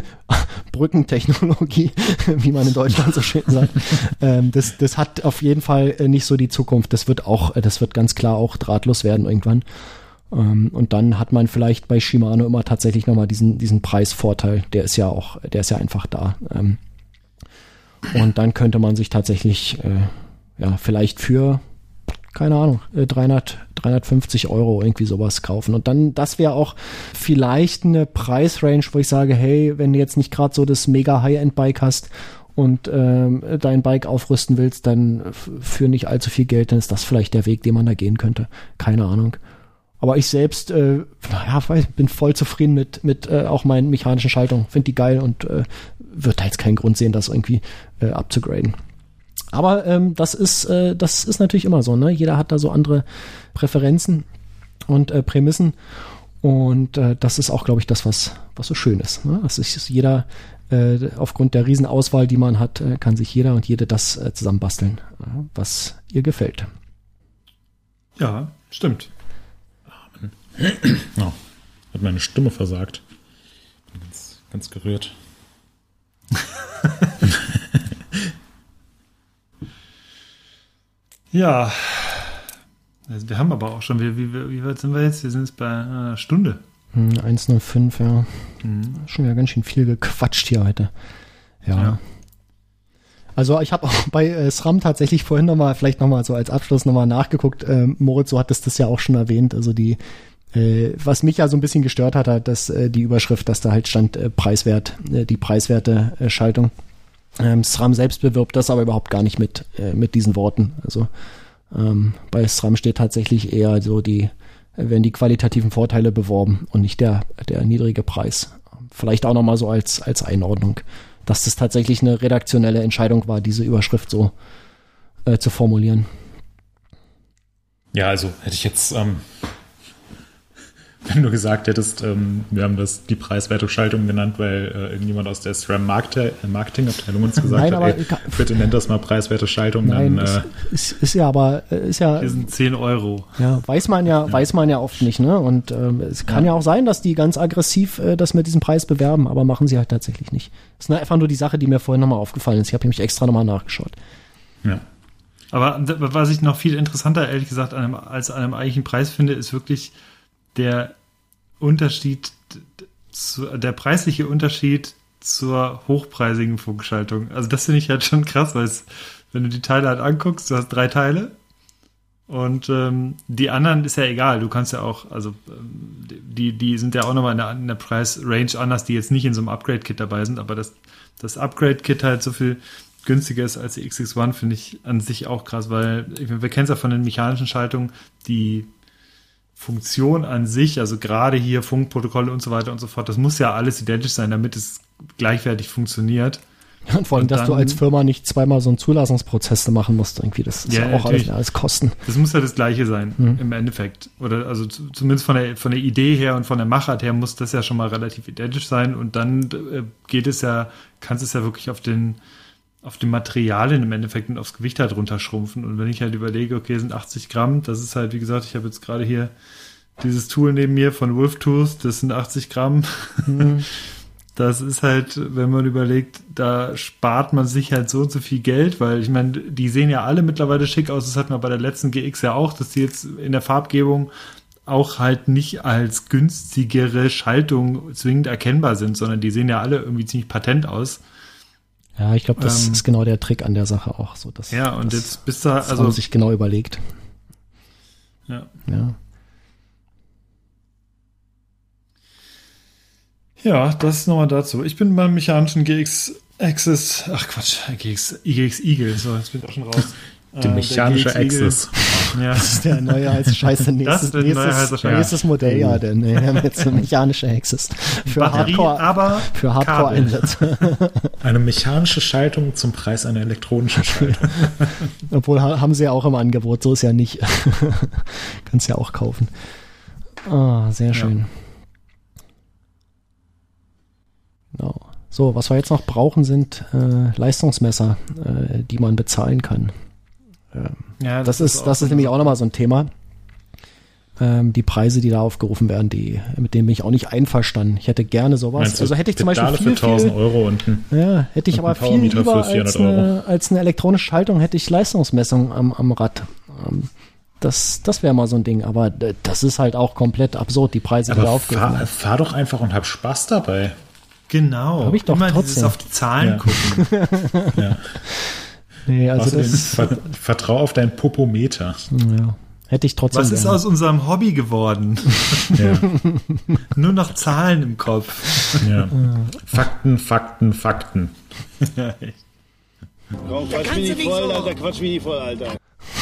Brückentechnologie, wie man in Deutschland so schön sagt. Ähm, das, das hat auf jeden Fall äh, nicht so die Zukunft. Das wird auch, äh, das wird ganz klar auch drahtlos werden irgendwann. Um, und dann hat man vielleicht bei Shimano immer tatsächlich nochmal diesen, diesen Preisvorteil, der ist ja auch, der ist ja einfach da. Um, und dann könnte man sich tatsächlich, äh, ja, vielleicht für, keine Ahnung, dreihundert, dreihundertfünfzig Euro irgendwie sowas kaufen. Und dann, das wäre auch vielleicht eine Preisrange, wo ich sage, hey, wenn du jetzt nicht gerade so das mega High-End-Bike hast und ähm, dein Bike aufrüsten willst, dann f- für nicht allzu viel Geld, dann ist das vielleicht der Weg, den man da gehen könnte. Keine Ahnung. Aber ich selbst, äh, naja, bin voll zufrieden mit, mit äh, auch meinen mechanischen Schaltungen. Finde die geil und äh, würde da jetzt keinen Grund sehen, das irgendwie äh, abzugraden. Aber ähm, das ist, äh, das ist natürlich immer so, ne? Jeder hat da so andere Präferenzen und äh, Prämissen. Und äh, das ist auch, glaube ich, das, was, was so schön ist. Ne? Das ist jeder, äh, aufgrund der Riesenauswahl, die man hat, äh, kann sich jeder und jede das äh, zusammenbasteln, äh, was ihr gefällt. Ja, stimmt. Oh, hat meine Stimme versagt. Bin ganz, ganz gerührt. Ja. Also wir haben aber auch schon, wie, wie, wie weit sind wir jetzt? Wir sind jetzt bei einer Stunde. Hm, eins null fünf, ja. Mhm. Schon wieder ganz schön viel gequatscht hier heute. Ja. ja. Also ich habe auch bei äh, SRAM tatsächlich vorhin nochmal, vielleicht nochmal so als Abschluss nochmal nachgeguckt. Äh, Moritz, so hattest das ja auch schon erwähnt. Also die Äh, was mich ja so ein bisschen gestört hat, hat dass äh, die Überschrift, dass da halt stand äh, preiswert, äh, die preiswerte äh, Schaltung. Ähm, SRAM selbst bewirbt das aber überhaupt gar nicht mit äh, mit diesen Worten. Also ähm, bei SRAM steht tatsächlich eher so die werden die qualitativen Vorteile beworben und nicht der, der niedrige Preis. Vielleicht auch nochmal so als, als Einordnung, dass das tatsächlich eine redaktionelle Entscheidung war, diese Überschrift so äh, zu formulieren. Ja, also hätte ich jetzt, ähm, wenn du gesagt hättest, ähm, wir haben das die Preiswertungsschaltung genannt, weil äh, irgendjemand aus der SRAM-Marketing-Abteilung uns gesagt Nein, hat, aber ey, bitte nennt das mal preiswertungsschaltung. Nein, dann, äh, ist, ist, ist ja aber, ist ja. Hier sind zehn Euro. Ja, weiß man ja, Ja. weiß man ja oft nicht, ne? Und ähm, es kann ja. Ja. auch sein, dass die ganz aggressiv äh, das mit diesem Preis bewerben, aber machen sie halt tatsächlich nicht. Das ist einfach nur die Sache, die mir vorhin nochmal aufgefallen ist. Ich habe nämlich extra nochmal nachgeschaut. ja. Aber was ich noch viel interessanter, ehrlich gesagt, an einem, als an einem eigentlichen Preis finde, ist wirklich der Unterschied, zu, der preisliche Unterschied zur hochpreisigen Funkschaltung. Also das finde ich halt schon krass, weil es, wenn du die Teile halt anguckst, du hast drei Teile und ähm, die anderen ist ja egal. Du kannst ja auch, also ähm, die, die sind ja auch nochmal in der, in der Preisrange anders, die jetzt nicht in so einem Upgrade-Kit dabei sind, aber das, das Upgrade-Kit halt so viel günstiger ist als die X X eins, finde ich an sich auch krass, weil wir kennen es ja von den mechanischen Schaltungen, die Funktion an sich, also gerade hier Funkprotokolle und so weiter und so fort, das muss ja alles identisch sein, damit es gleichwertig funktioniert. Ja, und vor allem, Und dass dann, du als Firma nicht zweimal so einen Zulassungsprozess machen musst, irgendwie, das ist ja, Ja, auch alles, natürlich. alles Kosten. Das muss ja das Gleiche sein, Mhm. im Endeffekt. Oder also zu, zumindest von der, von der Idee her und von der Machart her muss das ja schon mal relativ identisch sein und dann äh, geht es ja, kannst es ja wirklich auf den auf den Materialien im Endeffekt und aufs Gewicht halt runterschrumpfen. Und wenn ich halt überlege, okay, sind achtzig Gramm, das ist halt, wie gesagt, ich habe jetzt gerade hier dieses Tool neben mir von Wolf Tools, das sind achtzig Gramm. Mhm. Das ist halt, wenn man überlegt, da spart man sich halt so und so viel Geld, weil ich meine, die sehen ja alle mittlerweile schick aus. Das hatten wir bei der letzten G X ja auch, dass die jetzt in der Farbgebung auch halt nicht als günstigere Schaltung zwingend erkennbar sind, sondern die sehen ja alle irgendwie ziemlich patent aus. Ja, ich glaube, das Ähm, ist genau der Trick an der Sache auch. So, dass, Ja, und das, jetzt bist du, das also, haben sich genau überlegt. ja. Ja. Ja, das ist nochmal dazu. Ich bin beim mechanischen G X Access, ach Quatsch, G X, G X Eagle, so, jetzt bin ich auch schon raus. Die mechanische Access. Ja. Das ist der neue heiße Scheiße. Nächstes, wird ein neuer heißer nächstes, Scheiß. nächstes Modell, ja, denn wir haben jetzt eine mechanische Access. Für Batterie, Hardcore, aber für Hardcore-Einsätze. Eine mechanische Schaltung zum Preis einer elektronischen Schaltung. Obwohl ha- haben sie ja auch im Angebot, so ist ja nicht. Kannst ja auch kaufen. Ah, sehr schön. Genau. So, was wir jetzt noch brauchen, sind äh, Leistungsmesser, äh, die man bezahlen kann. Ähm, ja, das, ist, auch das so ist nämlich auch nochmal so ein Thema. Ähm, die Preise, die da aufgerufen werden, die, mit denen bin ich auch nicht einverstanden. Ich hätte gerne sowas. Meinst du Also hätte ich zum Beispiel Pedale viel, für tausend viel, Euro und ein, ja, hätte ich und aber ein viel Powermeter lieber für als vierhundert eine, als eine elektronische Schaltung, hätte ich Leistungsmessung am, am Rad. Ähm, das das wäre mal so ein Ding, aber d- das ist halt auch komplett absurd, die Preise, die da aber aufgerufen fahr, werden. fahr doch einfach und hab Spaß dabei. Genau. Hab ich doch Immer trotzdem. dieses auf die Zahlen Ja. gucken. Ja. Nee, also Außerdem das ver, vertrau auf dein Popometer. ja, hätte ich trotzdem Was ist gerne. aus unserem Hobby geworden? Ja. Nur noch Zahlen im Kopf. Ja. Fakten, Fakten, Fakten. Ja, echt. Komm, quatsch mich nicht voll, Alter, quatsch mich nicht voll, Alter.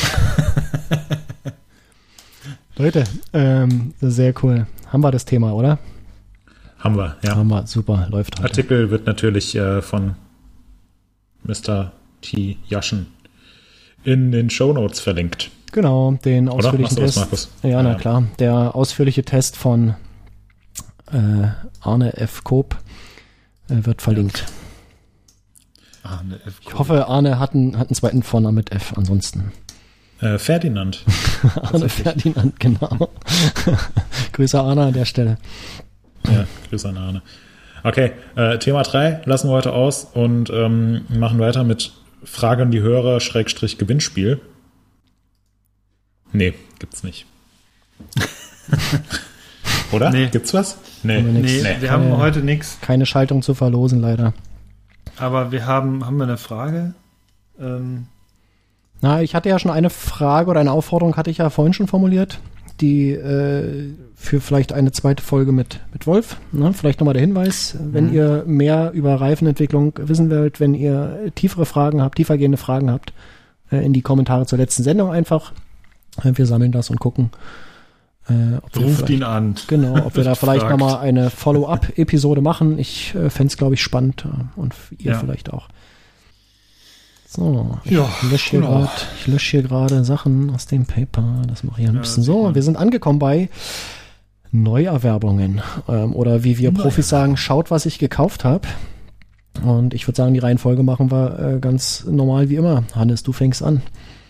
Leute, ähm, sehr cool. Haben wir das Thema, oder? Haben wir, ja. Haben wir, super, läuft heute. Artikel wird natürlich äh, von Mister T. Jaschen in den Shownotes verlinkt. Genau, den Oder? ausführlichen Machst du das, Test. Markus? Ja, na Ja. klar. Der ausführliche Test von äh, Arne F. Koop äh, wird verlinkt. Arne F. Ich hoffe, Arne hat einen, hat einen zweiten Vornamen mit F, ansonsten. Äh, Ferdinand. Arne Ferdinand, genau. Grüße Arne an der Stelle. Ja, Grüße an Arne. Okay, äh, Thema drei lassen wir heute aus und ähm, machen weiter mit Frage an die Hörer, Schrägstrich Gewinnspiel. Nee, gibt's nicht. Oder? Nee. Gibt's was? Nee, Haben wir nix. Nee, nee. wir haben Äh. heute nichts. Keine Schaltung zu verlosen, leider. Aber wir haben, haben wir eine Frage? Ähm, Na, ich hatte ja schon eine Frage oder eine Aufforderung, hatte ich ja vorhin schon formuliert, die äh, für vielleicht eine zweite Folge mit, mit Wolf. Ne? Vielleicht nochmal der Hinweis, wenn Mhm. ihr mehr über Reifenentwicklung wissen wollt, wenn ihr tiefere Fragen habt, tiefergehende Fragen habt, äh, in die Kommentare zur letzten Sendung einfach. Äh, wir sammeln das und gucken, Äh, ob wir Ruft vielleicht- ihn an. Genau, ob wir da vielleicht Fragt. nochmal eine Follow-up-Episode machen. Ich äh, fände es, glaube ich, spannend äh, und ihr Ja. vielleicht auch. So, ich Ja, lösche hier genau. grad- ich lösche hier gerade Sachen aus dem Paper. Das mache ich ein Ja, bisschen sieht so. man. Wir sind angekommen bei Neuerwerbungen. Ähm, oder wie wir Profis sagen, schaut, was ich gekauft habe. Und ich würde sagen, die Reihenfolge machen wir äh, ganz normal wie immer. Hannes, du fängst an.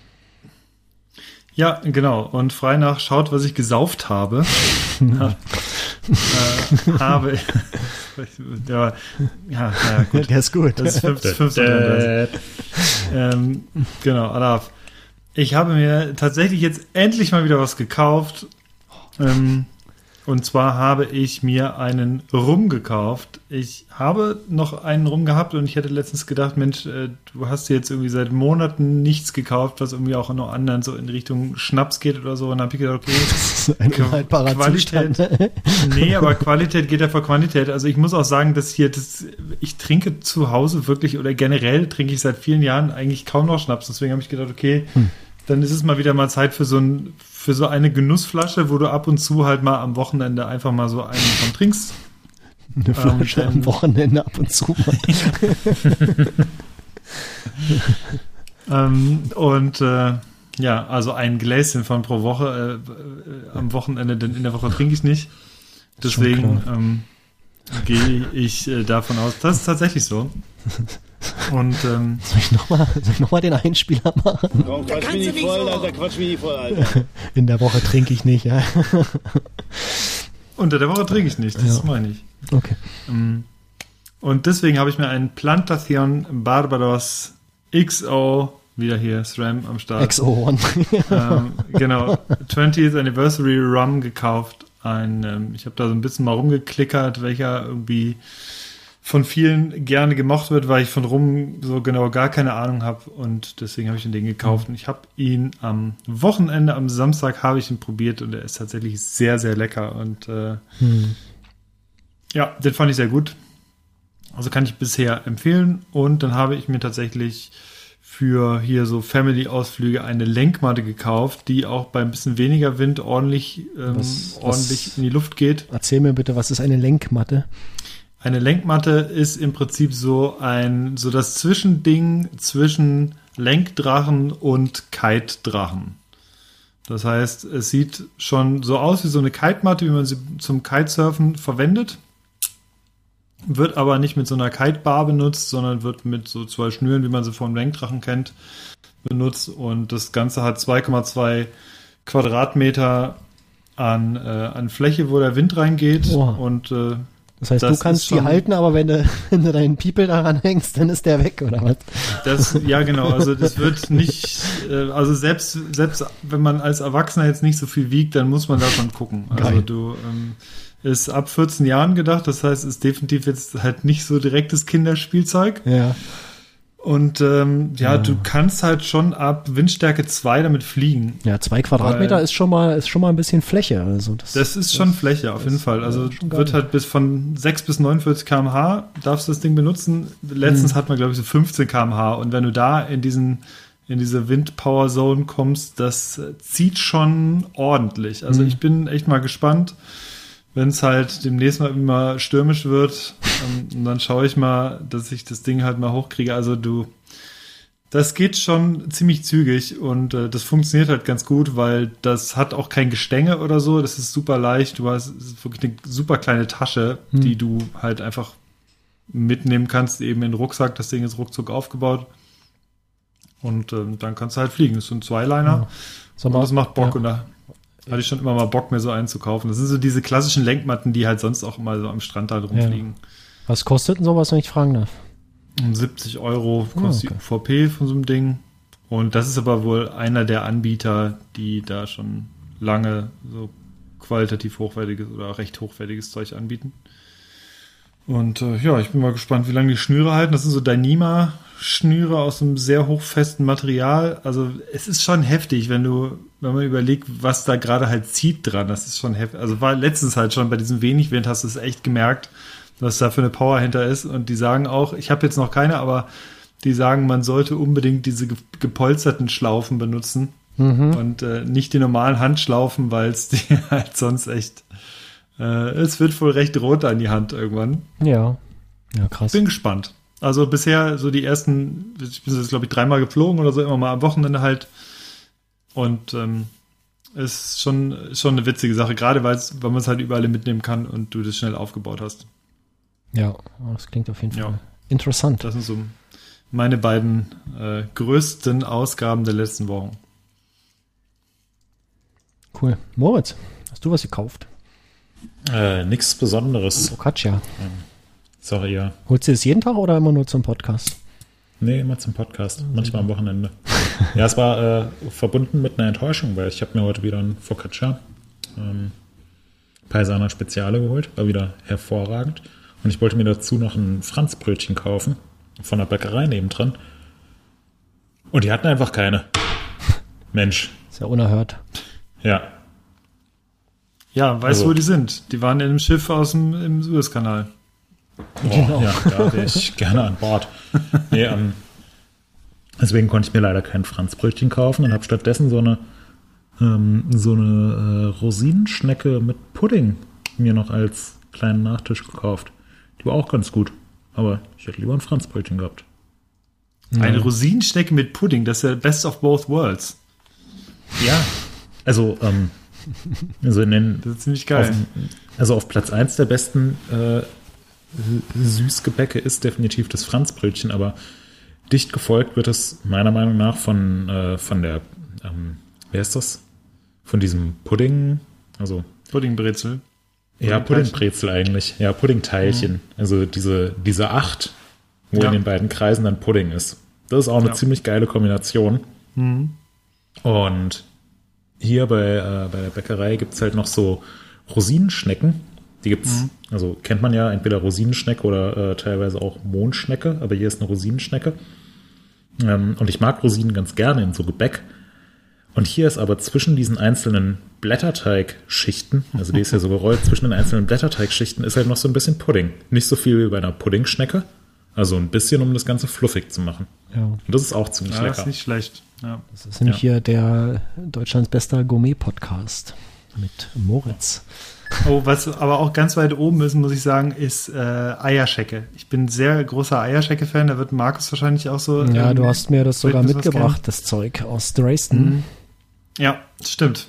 Ja, genau. Und frei nach schaut, was ich gesauft habe. ja, äh, habe. ja, ja, ja, gut. Der ist gut. Das ist fünfzig, fünfzig. ähm, genau, Alaf. Ich habe mir tatsächlich jetzt endlich mal wieder was gekauft. Ähm, und zwar habe ich mir einen Rum gekauft. Ich habe noch einen Rum gehabt und ich hätte letztens gedacht, Mensch, äh, du hast dir jetzt irgendwie seit Monaten nichts gekauft, was irgendwie auch noch anderen so in Richtung Schnaps geht oder so. Und dann habe ich gedacht, okay, Das ist ein Qu- unhaltbarer Qualität. Zustand. nee, aber Qualität geht ja vor Quantität. Also ich muss auch sagen, dass hier, das, ich trinke zu Hause wirklich oder generell trinke ich seit vielen Jahren eigentlich kaum noch Schnaps. Deswegen habe ich gedacht, okay, Hm. dann ist es mal wieder mal Zeit für so ein, für so eine Genussflasche, wo du ab und zu halt mal am Wochenende einfach mal so einen von trinkst. Eine Flasche Ähm, am Wochenende ab und zu. Ähm, und äh, ja, also ein Gläschen von pro Woche äh, äh, am Wochenende, denn in der Woche trinke ich nicht. Ist schon Deswegen klar. ähm, gehe ich äh, davon aus, das ist tatsächlich so. Und ähm, Soll ich nochmal noch mal den Einspieler machen? Komm, quatsch mich nicht voll, Alter, quatsch mich nicht voll, Alter. In der Woche trinke ich nicht, ja. unter der Woche trinke ich nicht, das Ja. meine ich. Okay. Ähm, Und deswegen habe ich mir einen Plantation Barbados X O, wieder hier SRAM am Start. X O eins. ähm, genau, twentieth Anniversary Rum gekauft. Ein, ähm, ich habe da so ein bisschen mal rumgeklickert, welcher irgendwie von vielen gerne gemocht wird, weil ich von Rum so genau gar keine Ahnung habe und deswegen habe ich den gekauft. Und ich habe ihn am Wochenende, am Samstag habe ich ihn probiert und er ist tatsächlich sehr, sehr lecker und äh, Hm. ja, den fand ich sehr gut. Also kann ich bisher empfehlen. Und dann habe ich mir tatsächlich für hier so Family-Ausflüge eine Lenkmatte gekauft, die auch bei ein bisschen weniger Wind ordentlich, ähm, Was- ordentlich was- in die Luft geht. Erzähl mir bitte, was ist eine Lenkmatte? Eine Lenkmatte ist im Prinzip so ein, so das Zwischending zwischen Lenkdrachen und Kite-Drachen. Das heißt, es sieht schon so aus wie so eine Kite-Matte, wie man sie zum Kitesurfen verwendet. Wird aber nicht mit so einer Kite-Bar benutzt, sondern wird mit so zwei Schnüren, wie man sie vom Lenkdrachen kennt, benutzt. Und das Ganze hat zwei Komma zwei Quadratmeter an, äh, an Fläche, wo der Wind reingeht. Oha. Und äh, Das heißt, Das du kannst ist die schon- halten, aber wenn du, wenn du deinen People daran hängst, dann ist der weg, oder was? das, ja genau, also das wird nicht, äh, also selbst, selbst wenn man als Erwachsener jetzt nicht so viel wiegt, dann muss man da schon gucken. Also Geil. du ähm, ist ab vierzehn Jahren gedacht, das heißt, ist definitiv jetzt halt nicht so direktes Kinderspielzeug. Ja. Und ähm, ja, du kannst halt schon ab Windstärke zwei damit fliegen. Ja, zwei Quadratmeter Weil- ist schon mal, ist schon mal ein bisschen Fläche. Also das, Das ist schon Fläche, auf jeden Fall. Also äh, schon geil. wird halt bis von sechs bis neunundvierzig Kilometer pro Stunde darfst du das Ding benutzen. Letztens Mhm. hat man, glaube ich, so fünfzehn Kilometer pro Stunde. Und wenn du da in diesen in diese Wind-Power-Zone kommst, das äh, zieht schon ordentlich. Also Mhm. ich bin echt mal gespannt, wenn es halt demnächst mal immer stürmisch wird. ähm, und dann schaue ich mal, dass ich das Ding halt mal hochkriege. Also du, das geht schon ziemlich zügig und äh, das funktioniert halt ganz gut, weil das hat auch kein Gestänge oder so. Das ist super leicht. Du hast es ist wirklich eine super kleine Tasche, Hm. die du halt einfach mitnehmen kannst, eben in den Rucksack. Das Ding ist ruckzuck aufgebaut. Und ähm, dann kannst du halt fliegen. Das sind Zweiliner. Ja. Sag Und mal, das macht Bock. ja. Und da hatte ich schon immer mal Bock, mir so einen zu kaufen. Das sind so diese klassischen Lenkmatten, die halt sonst auch immer so am Strand halt rumfliegen. Was kostet denn sowas, wenn ich fragen darf? Und siebzig Euro kostet Ah, okay. die U V P von so einem Ding. Und das ist aber wohl einer der Anbieter, die da schon lange so qualitativ hochwertiges oder recht hochwertiges Zeug anbieten. Und äh, ja, ich bin mal gespannt, wie lange die Schnüre halten. Das sind so Dyneema-Schnüre aus einem sehr hochfesten Material. Also es ist schon heftig, wenn du, wenn man überlegt, was da gerade halt zieht dran. Das ist schon heftig. Also war letztens halt schon bei diesem wenig Wind, hast du es echt gemerkt, was da für eine Power hinter ist. Und die sagen auch, ich habe jetzt noch keine, aber die sagen, man sollte unbedingt diese ge- gepolsterten Schlaufen benutzen. Mhm. Und äh, nicht die normalen Handschlaufen, weil es dir halt sonst echt, äh, es wird wohl recht rot an die Hand irgendwann. Ja, ja, krass. Bin gespannt. Also bisher so die ersten, ich bin jetzt glaube ich dreimal geflogen oder so, immer mal am Wochenende halt. Und ähm, ist schon, schon eine witzige Sache, gerade weil man es halt überall mitnehmen kann und du das schnell aufgebaut hast. Ja, das klingt auf jeden Fall ja. interessant. Das sind so meine beiden äh, größten Ausgaben der letzten Wochen. Cool. Moritz, hast du was gekauft? Äh, nichts Besonderes. Focaccia. Ähm, sorry, ja. Holst du das jeden Tag oder immer nur zum Podcast? Nee, immer zum Podcast. Manchmal am Wochenende. Ja, es war äh, verbunden mit einer Enttäuschung, weil ich habe mir heute wieder ein Focaccia ähm, Paisana Speziale geholt. War wieder hervorragend. Und ich wollte mir dazu noch ein Franzbrötchen kaufen. Von der Bäckerei nebendran. Und die hatten einfach keine. Mensch. Ist ja unerhört. Ja. Ja, weißt du, Also, wo die sind? Die waren in einem Schiff aus dem im Suezkanal. Boah, genau. Ja, da wäre ich gerne an Bord. Nee, ähm, deswegen konnte ich mir leider kein Franzbrötchen kaufen und habe stattdessen so eine, ähm, so eine äh, Rosinenschnecke mit Pudding mir noch als kleinen Nachtisch gekauft. Die war auch ganz gut, aber ich hätte lieber ein Franzbrötchen gehabt. Eine Rosinenschnecke mit Pudding, das ist ja best of both worlds. Ja, also, ähm, also in den, Das ist ziemlich geil. Auf, also auf Platz eins der besten äh, Süßgebäcke ist definitiv das Franzbrötchen, aber dicht gefolgt wird es meiner Meinung nach von, äh, von der, ähm, wer ist das? Von diesem Pudding, also Puddingbrezel. ja, Puddingbrezel eigentlich, ja, Puddingteilchen, mhm. also diese, diese acht, wo ja. in den beiden Kreisen dann Pudding ist. Das ist auch eine ja. ziemlich geile Kombination. Mhm. Und hier bei, äh, bei der Bäckerei gibt es halt noch so Rosinenschnecken. Die gibt's, mhm. also kennt man ja entweder Rosinenschnecke oder äh, teilweise auch Mohnschnecke, aber hier ist eine Rosinenschnecke. Ähm, und ich mag Rosinen ganz gerne in so Gebäck. Und hier ist aber zwischen diesen einzelnen Blätterteigschichten, also die ist ja so gerollt, zwischen den einzelnen Blätterteigschichten ist halt noch so ein bisschen Pudding. Nicht so viel wie bei einer Puddingschnecke, also ein bisschen, um das Ganze fluffig zu machen. Ja. Und das ist auch ziemlich Ja, lecker. das ist nicht schlecht. Ja. Das ist nämlich Ja. hier der Deutschlands bester Gourmet-Podcast mit Moritz. Oh, was aber auch ganz weit oben ist, muss ich sagen, ist äh, Eierschecke. Ich bin ein sehr großer Eierschecke-Fan, da wird Markus wahrscheinlich auch so. Ja, ähm, du hast mir das sogar was mitgebracht, kennen. das Zeug aus Dresden. Mhm. Ja, stimmt.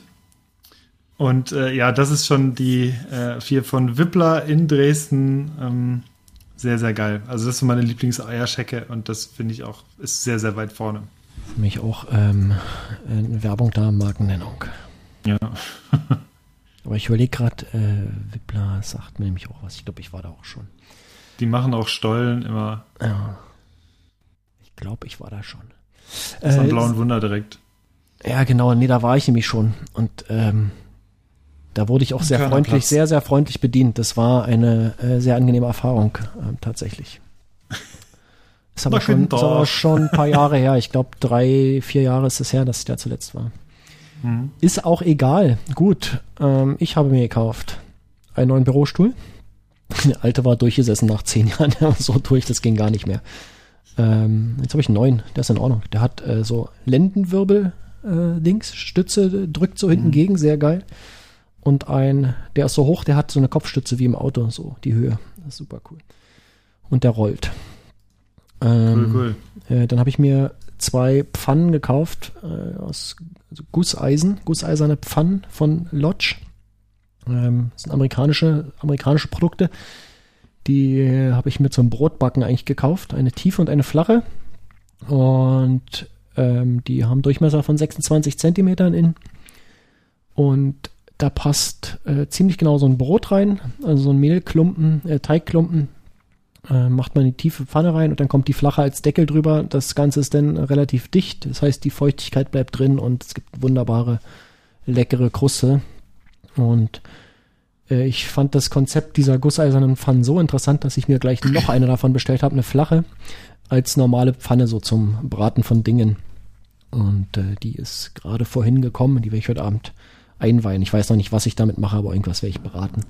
Und äh, ja, das ist schon die äh, vier von Wippler in Dresden. Ähm, sehr, sehr geil. Also das ist meine Lieblings-Eierschecke und das finde ich auch, ist sehr, sehr weit vorne. Für mich auch ähm, eine Werbung da, Markennennung. Ja. Aber ich überlege gerade, äh, Wippler sagt mir nämlich auch was. Ich glaube, ich war da auch schon. Die machen auch Stollen immer. Ja. Ich glaube, ich war da schon. Das ist Äh, ein blauen Wunder direkt. Ja, genau. Nee, da war ich nämlich schon. Und ähm, da wurde ich auch sehr Körnerplatz. freundlich, sehr, sehr freundlich bedient. Das war eine äh, sehr angenehme Erfahrung, ähm, tatsächlich. Ist aber, Na, schon, ist Kinder. aber schon ein paar Jahre her. Ich glaube, drei, vier Jahre ist es her, dass ich da zuletzt war. Mhm. Ist auch egal. Gut, ähm, ich habe mir gekauft einen neuen Bürostuhl. Der alte war durchgesessen nach zehn Jahren. Der war so durch, das ging gar nicht mehr. Ähm, jetzt habe ich einen neuen, der ist in Ordnung. Der hat äh, so Lendenwirbel äh, links, Stütze, drückt so hinten Mhm. gegen, sehr geil. Und ein, der ist so hoch, der hat so eine Kopfstütze wie im Auto, so die Höhe. Das ist super cool. Und der rollt. Ähm, Cool, cool. Äh, dann habe ich mir zwei Pfannen gekauft äh, aus also Gusseisen, gusseiserne Pfannen von Lodge. Ähm, das sind amerikanische, amerikanische Produkte. Die äh, habe ich mir zum Brotbacken eigentlich gekauft. Eine tiefe und eine flache. Und ähm, die haben Durchmesser von sechsundzwanzig Zentimetern in. Und da passt äh, ziemlich genau so ein Brot rein. Also so ein Mehlklumpen, äh, Teigklumpen. Äh, macht man in die tiefe Pfanne rein und dann kommt die flache als Deckel drüber. Das Ganze ist dann relativ dicht. Das heißt, die Feuchtigkeit bleibt drin und es gibt wunderbare, leckere Kruste. Und äh, ich fand das Konzept dieser gusseisernen Pfannen so interessant, dass ich mir gleich noch eine davon bestellt habe, eine flache, als normale Pfanne so zum Braten von Dingen. Und äh, die ist gerade vorhin gekommen. Die werde ich heute Abend einweihen. Ich weiß noch nicht, was ich damit mache, aber irgendwas werde ich beraten.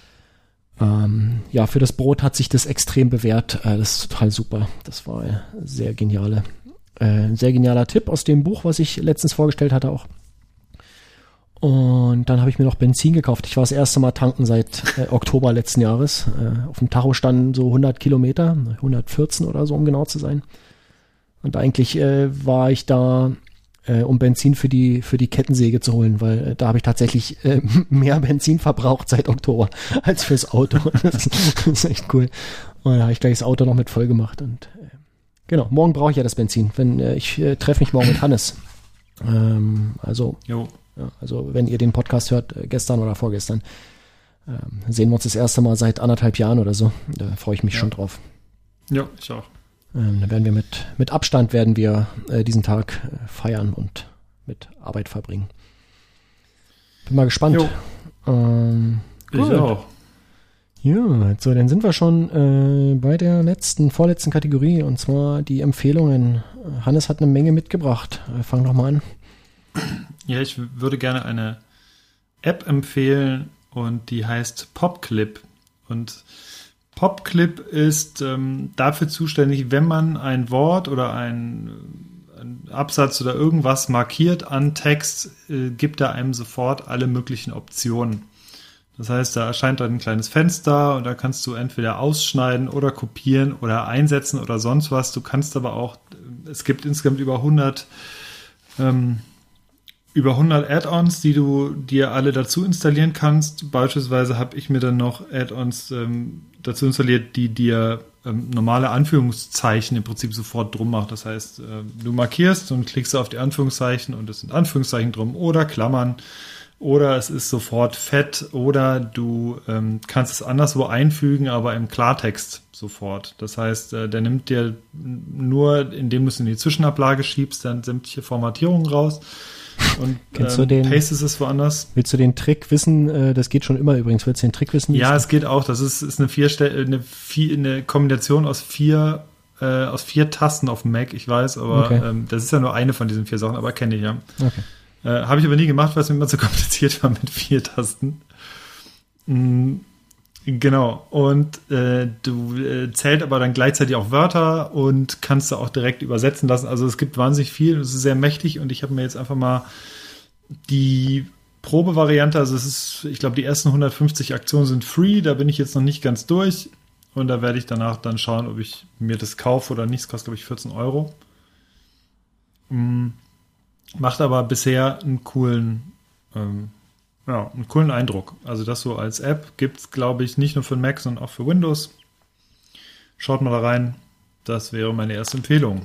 Ähm, ja, für das Brot hat sich das extrem bewährt. Äh, das ist total super. Das war eine sehr geniale Äh, ein sehr genialer Tipp aus dem Buch, was ich letztens vorgestellt hatte auch. Und dann habe ich mir noch Benzin gekauft. Ich war das erste Mal tanken seit äh, Oktober letzten Jahres. Äh, auf dem Tacho standen so hundert Kilometer, hundertvierzehn oder so, um genau zu sein. Und eigentlich äh, war ich da, äh, um Benzin für die für die Kettensäge zu holen, weil äh, da habe ich tatsächlich äh, mehr Benzin verbraucht seit Oktober als fürs Auto. Das ist echt cool. Und da habe ich gleich das Auto noch mit voll gemacht. Und äh, genau, morgen brauche ich ja das Benzin. Wenn äh, ich äh, treffe mich morgen mit Hannes. Ähm, also Jo. Ja, also wenn ihr den Podcast hört, äh, gestern oder vorgestern, ähm, sehen wir uns das erste Mal seit anderthalb Jahren oder so. Da freue ich mich Ja. schon drauf. Ja, ich auch. Ähm, dann werden wir mit, mit Abstand werden wir äh, diesen Tag äh, feiern und mit Arbeit verbringen. Bin mal gespannt. Jo. Ähm, Ich gut. auch. Ja, so, dann sind wir schon äh, bei der letzten, vorletzten Kategorie, und zwar die Empfehlungen. Hannes hat eine Menge mitgebracht. Äh, fang doch mal an. Ja, ich würde gerne eine App empfehlen und die heißt PopClip. Und PopClip ist ähm, dafür zuständig, wenn man ein Wort oder ein, ein Absatz oder irgendwas markiert an Text, äh, gibt er einem sofort alle möglichen Optionen. Das heißt, da erscheint dann ein kleines Fenster und da kannst du entweder ausschneiden oder kopieren oder einsetzen oder sonst was. Du kannst aber auch, es gibt insgesamt über hundert ähm, über hundert Add-ons, die du dir alle dazu installieren kannst. Beispielsweise habe ich mir dann noch Add-ons ähm, dazu installiert, die dir ähm, normale Anführungszeichen im Prinzip sofort drum macht. Das heißt, äh, du markierst und klickst auf die Anführungszeichen und es sind Anführungszeichen drum oder Klammern oder es ist sofort fett oder du ähm, kannst es anderswo einfügen, aber im Klartext sofort. Das heißt, äh, der nimmt dir nur, indem du es in die Zwischenablage schiebst, dann sämtliche Formatierungen raus. Und Kennst ähm, du den- pastest es woanders. Willst du den Trick wissen? Äh, das geht schon immer übrigens. Willst du den Trick wissen? Ja, es geht auch. Das ist, ist eine, vier, eine, vier, eine Kombination aus vier, äh, aus vier Tasten auf dem Mac, ich weiß, aber Okay. ähm, das ist ja nur eine von diesen vier Sachen, aber kenne ich ja. Okay. Äh, Habe ich aber nie gemacht, weil es mir immer zu kompliziert war mit vier Tasten. Mm, genau. Und äh, du äh, zählt aber dann gleichzeitig auch Wörter und kannst du auch direkt übersetzen lassen. Also es gibt wahnsinnig viel, es ist sehr mächtig und ich habe mir jetzt einfach mal die Probevariante, also es ist, ich glaube, die ersten hundertfünfzig Aktionen sind free, da bin ich jetzt noch nicht ganz durch und da werde ich danach dann schauen, ob ich mir das kaufe oder nicht. Es kostet, glaube ich, vierzehn Euro. Mm. Macht aber bisher einen coolen, ähm, ja, einen coolen Eindruck. Also das so als App gibt es, glaube ich, nicht nur für Mac, sondern auch für Windows. Schaut mal da rein. Das wäre meine erste Empfehlung.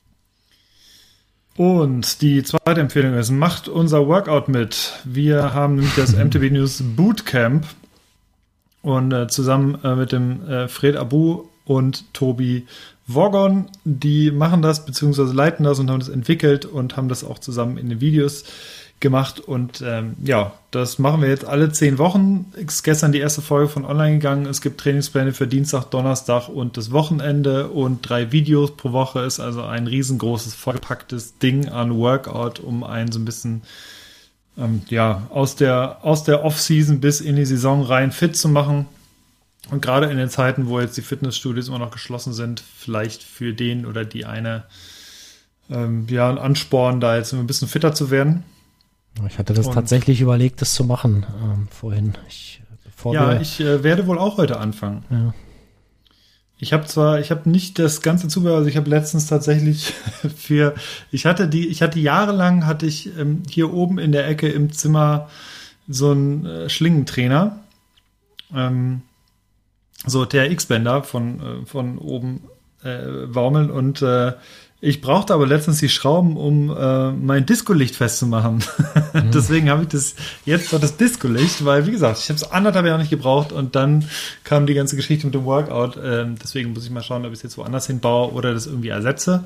Und die zweite Empfehlung ist, macht unser Workout mit. Wir haben nämlich das M T B News Bootcamp und äh, zusammen äh, mit dem äh, Fred Abu und Tobi Worgon, die machen das bzw. leiten das und haben das entwickelt und haben das auch zusammen in den Videos gemacht. Und ähm, ja, das machen wir jetzt alle zehn Wochen. Ist gestern die erste Folge von online gegangen. Es gibt Trainingspläne für Dienstag, Donnerstag und das Wochenende und drei Videos pro Woche. Ist also ein riesengroßes, vollgepacktes Ding an Workout, um einen so ein bisschen ähm, ja, aus der, aus der Off-Season bis in die Saison rein fit zu machen. Und gerade in den Zeiten, wo jetzt die Fitnessstudios immer noch geschlossen sind, vielleicht für den oder die eine ähm, ja, ein Ansporn, da jetzt ein bisschen fitter zu werden. Ich hatte das Und- tatsächlich überlegt, das zu machen ähm, vorhin. Ich, bevor Ja, wir, ich äh, werde wohl auch heute anfangen. ja. Ich habe zwar, ich habe nicht das ganze Zubehör, also ich habe letztens tatsächlich für, ich hatte die, ich hatte jahrelang, hatte ich ähm, hier oben in der Ecke im Zimmer so einen äh, Schlingentrainer, ähm, so T R X-Bänder von, äh, von oben äh, baumeln und äh, ich brauchte aber letztens die Schrauben, um äh, mein Disco-Licht festzumachen. Mhm. Deswegen habe ich das jetzt noch das Disco-Licht, weil, wie gesagt, ich habe es anderthalb Jahre nicht gebraucht und dann kam die ganze Geschichte mit dem Workout. Ähm, deswegen muss ich mal schauen, ob ich es jetzt woanders hinbaue oder das irgendwie ersetze.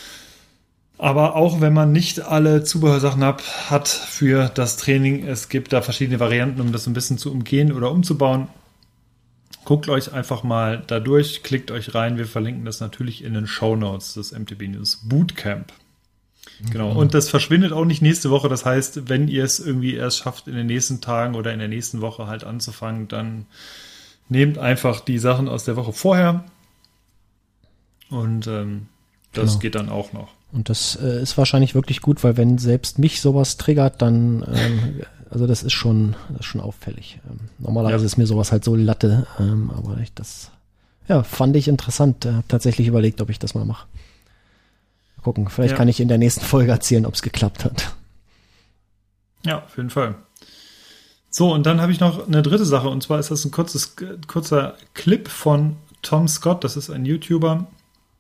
Aber auch wenn man nicht alle Zubehörsachen hab, hat für das Training, es gibt da verschiedene Varianten, um das ein bisschen zu umgehen oder umzubauen. Guckt euch einfach mal da durch, klickt euch rein. Wir verlinken das natürlich in den Shownotes des M T B News Bootcamp. Genau. Und das verschwindet auch nicht nächste Woche. Das heißt, wenn ihr es irgendwie erst schafft, in den nächsten Tagen oder in der nächsten Woche halt anzufangen, dann nehmt einfach die Sachen aus der Woche vorher. Und ähm, das Genau. geht dann auch noch. Und das äh, ist wahrscheinlich wirklich gut, weil wenn selbst mich sowas triggert, dann, ähm, also das ist schon, das ist schon auffällig. Ähm, normalerweise ja. ist mir sowas halt so Latte, ähm, aber ich das, ja, fand ich interessant. Äh, hab tatsächlich überlegt, ob ich das mal mache. Mal gucken, vielleicht ja. kann ich in der nächsten Folge erzählen, ob es geklappt hat. Ja, auf jeden Fall. So, und dann habe ich noch eine dritte Sache, und zwar ist das ein kurzes, kurzer Clip von Tom Scott, das ist ein YouTuber,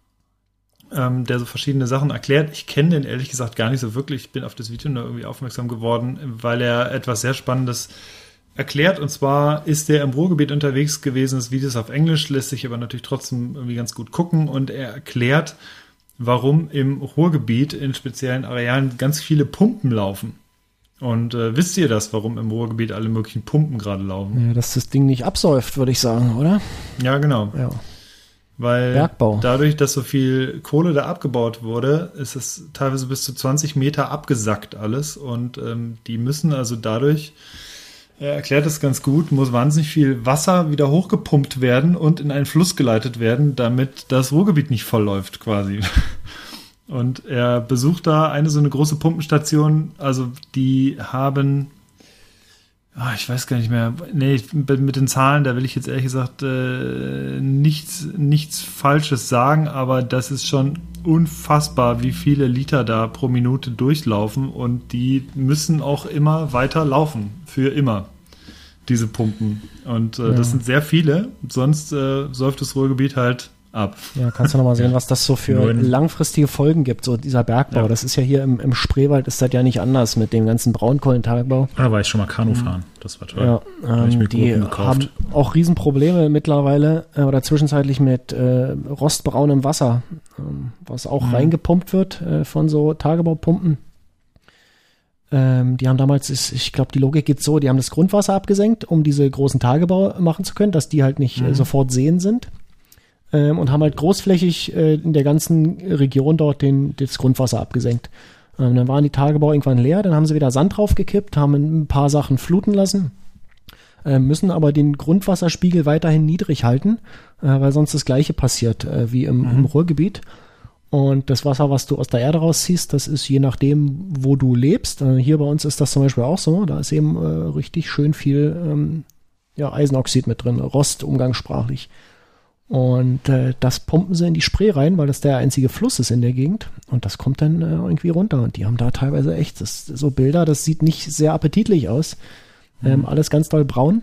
ähm, der so verschiedene Sachen erklärt. Ich kenne den ehrlich gesagt gar nicht so wirklich, ich bin auf das Video nur irgendwie aufmerksam geworden, weil er etwas sehr Spannendes erklärt, und zwar ist der im Ruhrgebiet unterwegs gewesen, das Video ist auf Englisch, lässt sich aber natürlich trotzdem irgendwie ganz gut gucken, und er erklärt, warum im Ruhrgebiet in speziellen Arealen ganz viele Pumpen laufen. Und äh, wisst ihr das, warum im Ruhrgebiet alle möglichen Pumpen gerade laufen? Ja, dass das Ding nicht absäuft, würde ich sagen, oder? Ja, genau. Ja. Weil Bergbau. Dadurch, dass so viel Kohle da abgebaut wurde, ist es teilweise bis zu zwanzig Meter abgesackt alles. Und ähm, die müssen also dadurch, er erklärt das ganz gut, muss wahnsinnig viel Wasser wieder hochgepumpt werden und in einen Fluss geleitet werden, damit das Ruhrgebiet nicht vollläuft quasi. Und er besucht da eine so eine große Pumpenstation, also die haben, oh, ich weiß gar nicht mehr, nee, mit den Zahlen, da will ich jetzt ehrlich gesagt äh, nichts, nichts Falsches sagen, aber das ist schon unfassbar, wie viele Liter da pro Minute durchlaufen, und die müssen auch immer weiter laufen, für immer, diese Pumpen. Und äh, ja. das sind sehr viele, sonst äh, säuft das Ruhrgebiet halt ab. Ja, kannst du noch mal sehen, was das so für langfristige Folgen gibt, so dieser Bergbau. Ja. Das ist ja hier im, im Spreewald, ist das ja nicht anders mit dem ganzen Braunkohlentagebau. Da war ich schon mal Kanu fahren, das war toll. Ja, ähm, die haben auch Riesenprobleme mittlerweile äh, oder zwischenzeitlich mit äh, rostbraunem Wasser, ähm, was auch mhm. reingepumpt wird äh, von so Tagebaupumpen. Ähm, die haben damals, ist, ich glaube, die Logik geht so, die haben das Grundwasser abgesenkt, um diese großen Tagebau machen zu können, dass die halt nicht mhm. äh, sofort sehen sind. Ähm, und haben halt großflächig äh, in der ganzen Region dort den, das Grundwasser abgesenkt. Ähm, dann waren die Tagebau irgendwann leer, dann haben sie wieder Sand draufgekippt, haben ein paar Sachen fluten lassen, äh, müssen aber den Grundwasserspiegel weiterhin niedrig halten, äh, weil sonst das Gleiche passiert äh, wie im, mhm. im Ruhrgebiet. Und das Wasser, was du aus der Erde rausziehst, das ist je nachdem, wo du lebst. Äh, hier bei uns ist das zum Beispiel auch so, da ist eben äh, richtig schön viel ähm, ja, Eisenoxid mit drin, Rost umgangssprachlich. Und äh, das pumpen sie in die Spree rein, weil das der einzige Fluss ist in der Gegend. Und das kommt dann äh, irgendwie runter. Und die haben da teilweise echt das, so Bilder, das sieht nicht sehr appetitlich aus. Mhm. Ähm, alles ganz doll braun.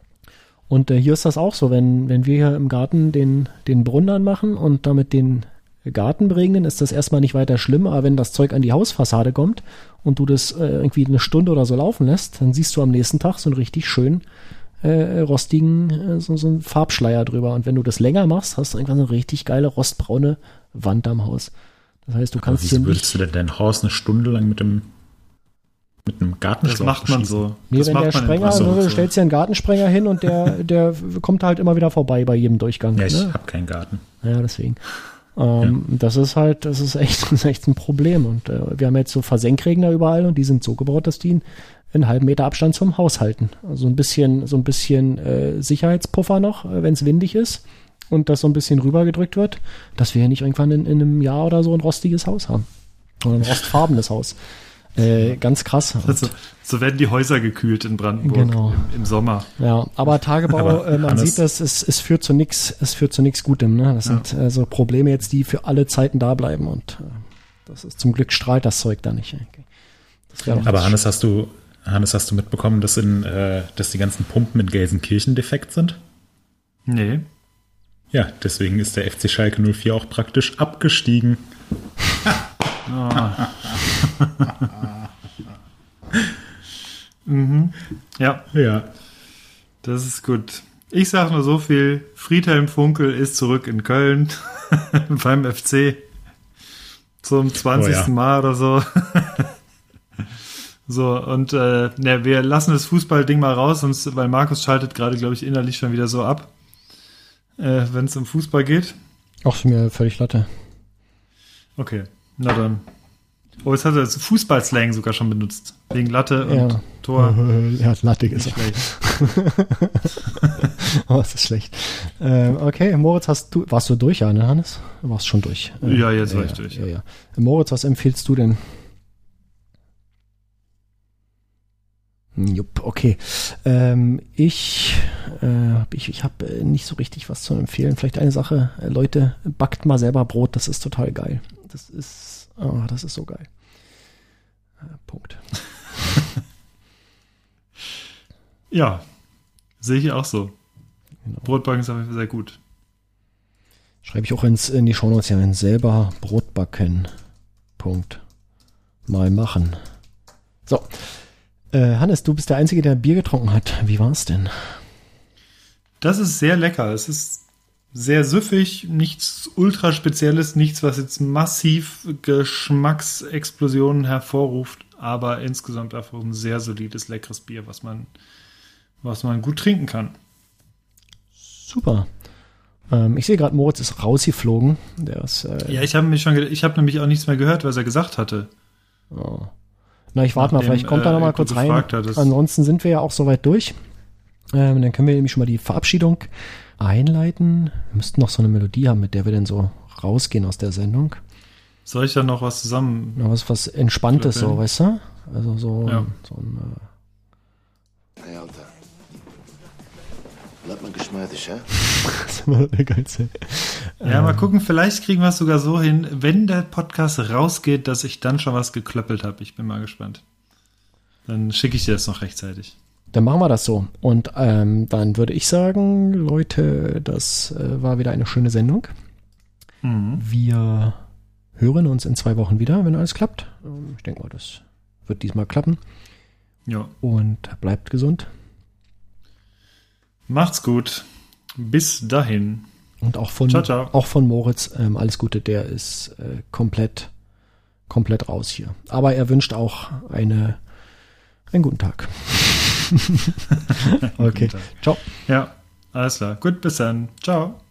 Und äh, hier ist das auch so, wenn, wenn wir hier im Garten den, den Brunnen anmachen und damit den Garten beregnen, ist das erstmal nicht weiter schlimm. Aber wenn das Zeug an die Hausfassade kommt und du das äh, irgendwie eine Stunde oder so laufen lässt, dann siehst du am nächsten Tag so einen richtig schön Äh, rostigen, äh, so, so einen Farbschleier drüber. Und wenn du das länger machst, hast du irgendwann so eine richtig geile rostbraune Wand am Haus. Das heißt, du kannst hier nicht... Würdest du denn dein Haus eine Stunde lang mit dem mit einem Gartenschlauch Das macht man so. Nee, das wenn macht der Sprenger, so, du so. stellst hier einen Gartensprenger hin und der, der kommt halt immer wieder vorbei bei jedem Durchgang. Ja, ich ne? habe keinen Garten. Ja, deswegen. Ähm, ja. Das ist halt, das ist echt, das ist echt ein Problem. Und äh, wir haben jetzt so Versenkregner überall, und die sind so gebaut, dass die einen halben Meter Abstand zum Haus halten. Also ein bisschen, so ein bisschen äh, Sicherheitspuffer noch, äh, wenn es windig ist und das so ein bisschen rübergedrückt wird, dass wir hier nicht irgendwann in, in einem Jahr oder so ein rostiges Haus haben. Oder ein rostfarbenes Haus. Äh, ganz krass. Also, so werden die Häuser gekühlt in Brandenburg genau. im, im Sommer. Ja, aber Tagebau, aber äh, man Hannes, sieht das, es, es führt zu nichts, es führt zu nichts Gutem. Ne? Das ja. sind äh, so Probleme jetzt, die für alle Zeiten da bleiben, und äh, das ist zum Glück strahlt das Zeug da nicht. Okay. Das aber Hannes, hast du Hannes, hast du mitbekommen, dass, in, äh, dass die ganzen Pumpen in Gelsenkirchen defekt sind? Nee. Ja, deswegen ist der F C Schalke null vier auch praktisch abgestiegen. oh. mhm. Ja. Ja. Das ist gut. Ich sage nur so viel, Friedhelm Funkel ist zurück in Köln beim F C zum zwanzigsten Oh ja. Mal oder so. So, und äh, ne, wir lassen das Fußballding mal raus, sonst, weil Markus schaltet gerade, glaube ich, innerlich schon wieder so ab, äh, wenn es um Fußball geht. Auch für mir völlig Latte. Okay, na dann. Oh, jetzt hat er das Fußballslang sogar schon benutzt. Wegen Latte und ja. Tor. Ja, Latte gesagt. Oh, das ist schlecht. Ähm, okay, Moritz, hast du, warst du durch, ja, ne, Hannes? Du warst schon durch. Äh, ja, jetzt war ja, ich durch. Ja, ja. Moritz, was empfiehlst du denn? Jupp, okay. Ähm, ich äh, ich, ich habe nicht so richtig was zu empfehlen. Vielleicht eine Sache, äh, Leute, backt mal selber Brot, das ist total geil. Das ist, oh, das ist so geil. Äh, Punkt. Ja, sehe ich auch so. Genau. Brotbacken ist auf jeden Fall sehr gut. Schreibe ich auch ins, in die Shownotes ja, selber Brot backen. Punkt. Mal machen. So. Äh, Hannes, du bist der Einzige, der Bier getrunken hat. Wie war's denn? Das ist sehr lecker. Es ist sehr süffig, nichts ultra Spezielles, nichts, was jetzt massiv Geschmacksexplosionen hervorruft, aber insgesamt einfach ein sehr solides, leckeres Bier, was man, was man gut trinken kann. Super. Ähm, ich sehe gerade, Moritz ist rausgeflogen. Der ist, äh, ja, ich habe mich schon, ich habe nämlich auch nichts mehr gehört, was er gesagt hatte. Oh. Na, ich warte mal, Nachdem, vielleicht kommt er äh, noch mal kurz rein. hattest. Ansonsten sind wir ja auch soweit durch. Ähm, dann können wir nämlich schon mal die Verabschiedung einleiten. Wir müssten noch so eine Melodie haben, mit der wir dann so rausgehen aus der Sendung. Soll ich dann noch was zusammen? Ja, was, was Entspanntes, so, weißt du? Also so, Ja. so ein... Äh Hey, Alter. Bleib mal geschmeidig, ja? das ist immer der geilste. Ja, mal gucken, vielleicht kriegen wir es sogar so hin, wenn der Podcast rausgeht, dass ich dann schon was geklöppelt habe. Ich bin mal gespannt. Dann schicke ich dir das noch rechtzeitig. Dann machen wir das so. Und ähm, dann würde ich sagen, Leute, das äh, war wieder eine schöne Sendung. Mhm. Wir hören uns in zwei Wochen wieder, wenn alles klappt. Ähm, ich denke mal, das wird diesmal klappen. Ja. Und bleibt gesund. Macht's gut. Bis dahin. Und auch von, Ciao, ciao. auch von Moritz, ähm, alles Gute, der ist äh, komplett, komplett raus hier. Aber er wünscht auch eine, einen guten Tag. Okay, Guten Tag. ciao. Ja, alles klar. Gut, bis dann. Ciao.